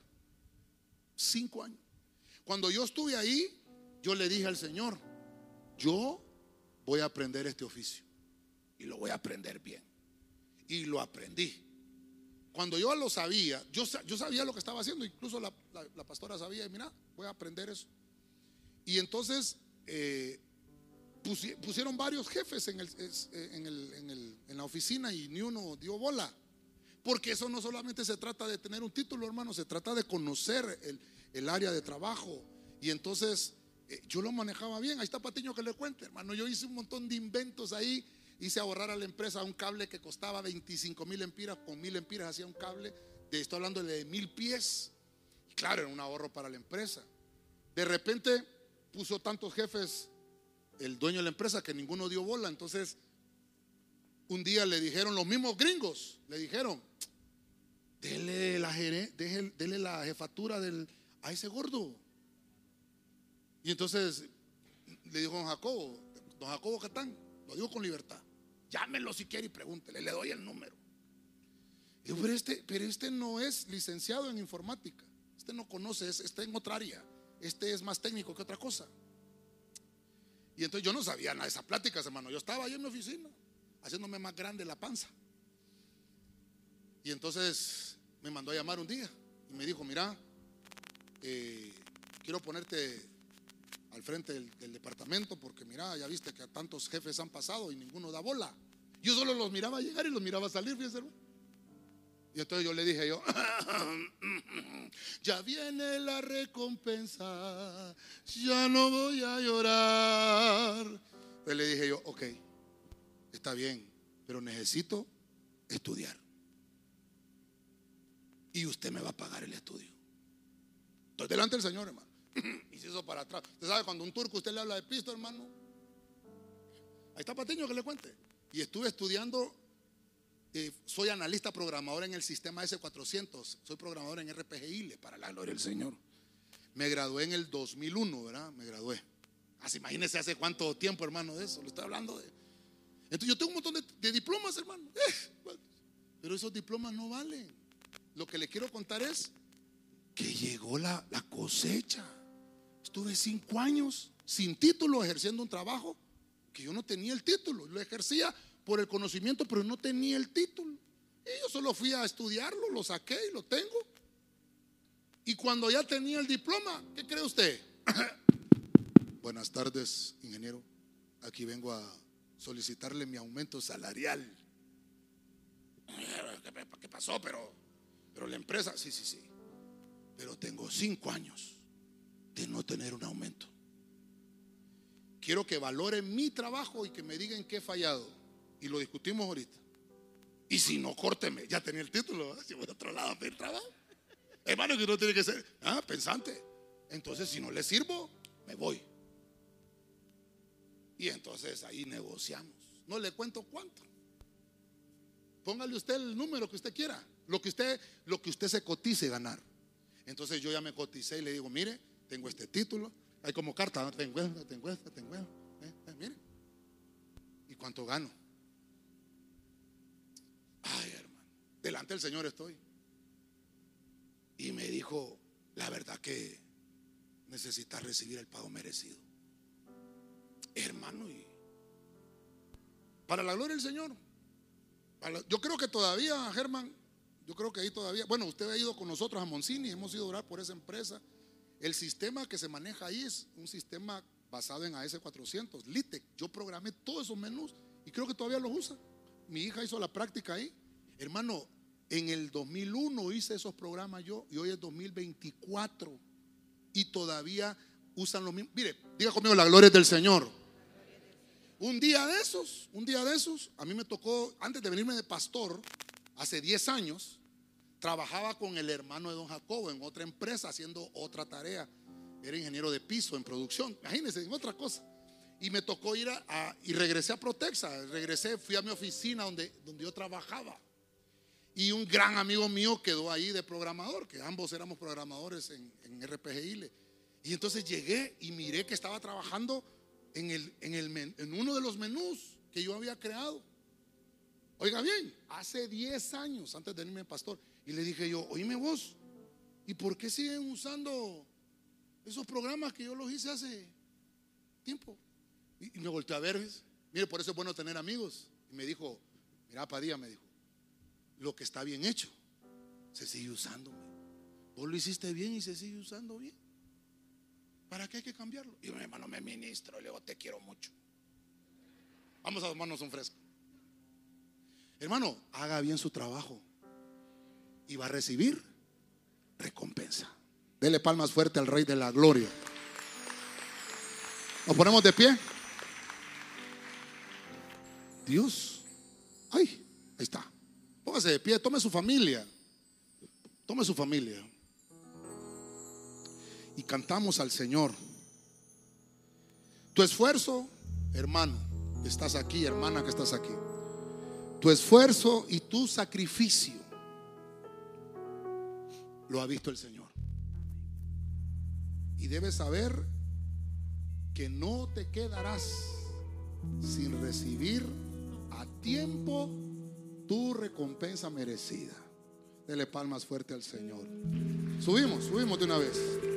5 años. Cuando yo estuve ahí, yo le dije al Señor: yo voy a aprender este oficio y lo voy a aprender bien. Y lo aprendí. Cuando yo lo sabía, yo sabía lo que estaba haciendo. Incluso la pastora sabía. Mira, voy a aprender eso. Y entonces pusieron varios jefes en la oficina y ni uno dio bola. Porque eso no solamente se trata de tener un título, hermano, se trata de conocer el área de trabajo. Y entonces yo lo manejaba bien. Ahí está Patiño que le cuente, hermano. Yo hice un montón de inventos ahí. Hice ahorrar a la empresa un cable que costaba 25,000 empiras. Con 1,000 empiras hacía un cable estoy hablando de 1,000 pies. Y claro, era un ahorro para la empresa. De repente puso tantos jefes el dueño de la empresa que ninguno dio bola. Entonces un día le dijeron, los mismos gringos le dijeron: dele la jefatura a ese gordo. Y entonces le dijo don Jacobo Catán, lo digo con libertad, llámelo si quiere y pregúntele, le doy el número. Y digo: pero este no es licenciado en informática, este no conoce, está en otra área, este es más técnico que otra cosa. Y entonces yo no sabía nada de esas pláticas, hermano. Yo estaba ahí en mi oficina haciéndome más grande la panza. Y entonces me mandó a llamar un día y me dijo: mira, quiero ponerte al frente del departamento, porque mira, ya viste que a tantos jefes han pasado y ninguno da bola. Yo solo los miraba llegar y los miraba salir, fíjense, hermano. Y entonces yo le dije ya viene la recompensa, ya no voy a llorar. Entonces le dije yo: ok, está bien, pero necesito estudiar y usted me va a pagar el estudio. Estoy delante del Señor, hermano. Y se hizo para atrás. Usted sabe, cuando un turco usted le habla de pisto, hermano. Ahí está Patiño que le cuente. Y estuve estudiando. Soy analista programador en el sistema S400. Soy programador en RPGI, para la gloria del Señor. Me gradué en el 2001, ¿verdad? Me gradué. Así, imagínese hace cuánto tiempo, hermano, de eso. Le estoy hablando de. Entonces yo tengo un montón de diplomas, hermano. Pero esos diplomas no valen. Lo que le quiero contar es que llegó la cosecha. Estuve 5 años sin título ejerciendo un trabajo que yo no tenía el título. Lo ejercía por el conocimiento, pero no tenía el título. Y yo solo fui a estudiarlo, lo saqué y lo tengo. Y cuando ya tenía el diploma, ¿qué cree usted? Buenas tardes, ingeniero. Aquí vengo a solicitarle mi aumento salarial. ¿Qué pasó? Pero la empresa, sí. Pero tengo 5 años de no tener un aumento. Quiero que valoren mi trabajo y que me digan qué he fallado. Y lo discutimos ahorita. Y si no, córteme. Ya tenía el título, si voy a otro lado a pedir trabajo. Hermano, que no tiene que ser pensante. Entonces, si no le sirvo, me voy. Y entonces ahí negociamos. No le cuento cuánto. Póngale usted el número que usted quiera, lo que usted se cotice ganar. Entonces yo ya me coticé y le digo, mire, tengo este título. Hay como carta, ¿no? Tengo esta. Mire. ¿Y cuánto gano? Ay, hermano, delante del Señor estoy. Y me dijo, la verdad que necesitas recibir el pago merecido. Hermano, y para la gloria del Señor. Yo creo que todavía, Germán, yo creo que ahí todavía, bueno, usted ha ido con nosotros a Monsini, hemos ido a orar por esa empresa. El sistema que se maneja ahí es un sistema basado en AS400, LITEC. Yo programé todos esos menús y creo que todavía los usa. Mi hija hizo la práctica ahí. Hermano, en el 2001 hice esos programas yo y hoy es 2024 y todavía usan lo mismo. Mire, diga conmigo, la gloria es del Señor. Un día de esos, a mí me tocó, antes de venirme de pastor, hace 10 años, trabajaba con el hermano de don Jacobo en otra empresa haciendo otra tarea. Era ingeniero de piso en producción, imagínense, en otra cosa. Y me tocó ir y regresé a Protexa. Fui a mi oficina donde yo trabajaba. Y un gran amigo mío quedó ahí de programador, que ambos éramos programadores en RPGI. Y entonces llegué y miré que estaba trabajando en uno de los menús que yo había creado. Oiga bien, hace 10 años antes de venirme pastor. Y le dije yo, oíme vos, ¿y por qué siguen usando esos programas que yo los hice hace tiempo? Y me volteé a ver, ¿ves? Mire, por eso es bueno tener amigos. Y me dijo, mira, Padilla, me dijo, lo que está bien hecho se sigue usando. Vos lo hiciste bien y se sigue usando bien. ¿Para qué hay que cambiarlo? Y mi hermano, me ministro, le digo, te quiero mucho. Vamos a tomarnos un fresco. Hermano, haga bien su trabajo y va a recibir recompensa. Dele palmas fuerte al Rey de la Gloria. Nos ponemos de pie. Dios, ahí está. Póngase de pie, tome su familia. Y cantamos al Señor. Tu esfuerzo, hermano, que estás aquí, hermana que estás aquí, tu esfuerzo y tu sacrificio lo ha visto el Señor. Y debes saber que no te quedarás sin recibir a tiempo tu recompensa merecida. Dele palmas fuerte al Señor. Subimos de una vez.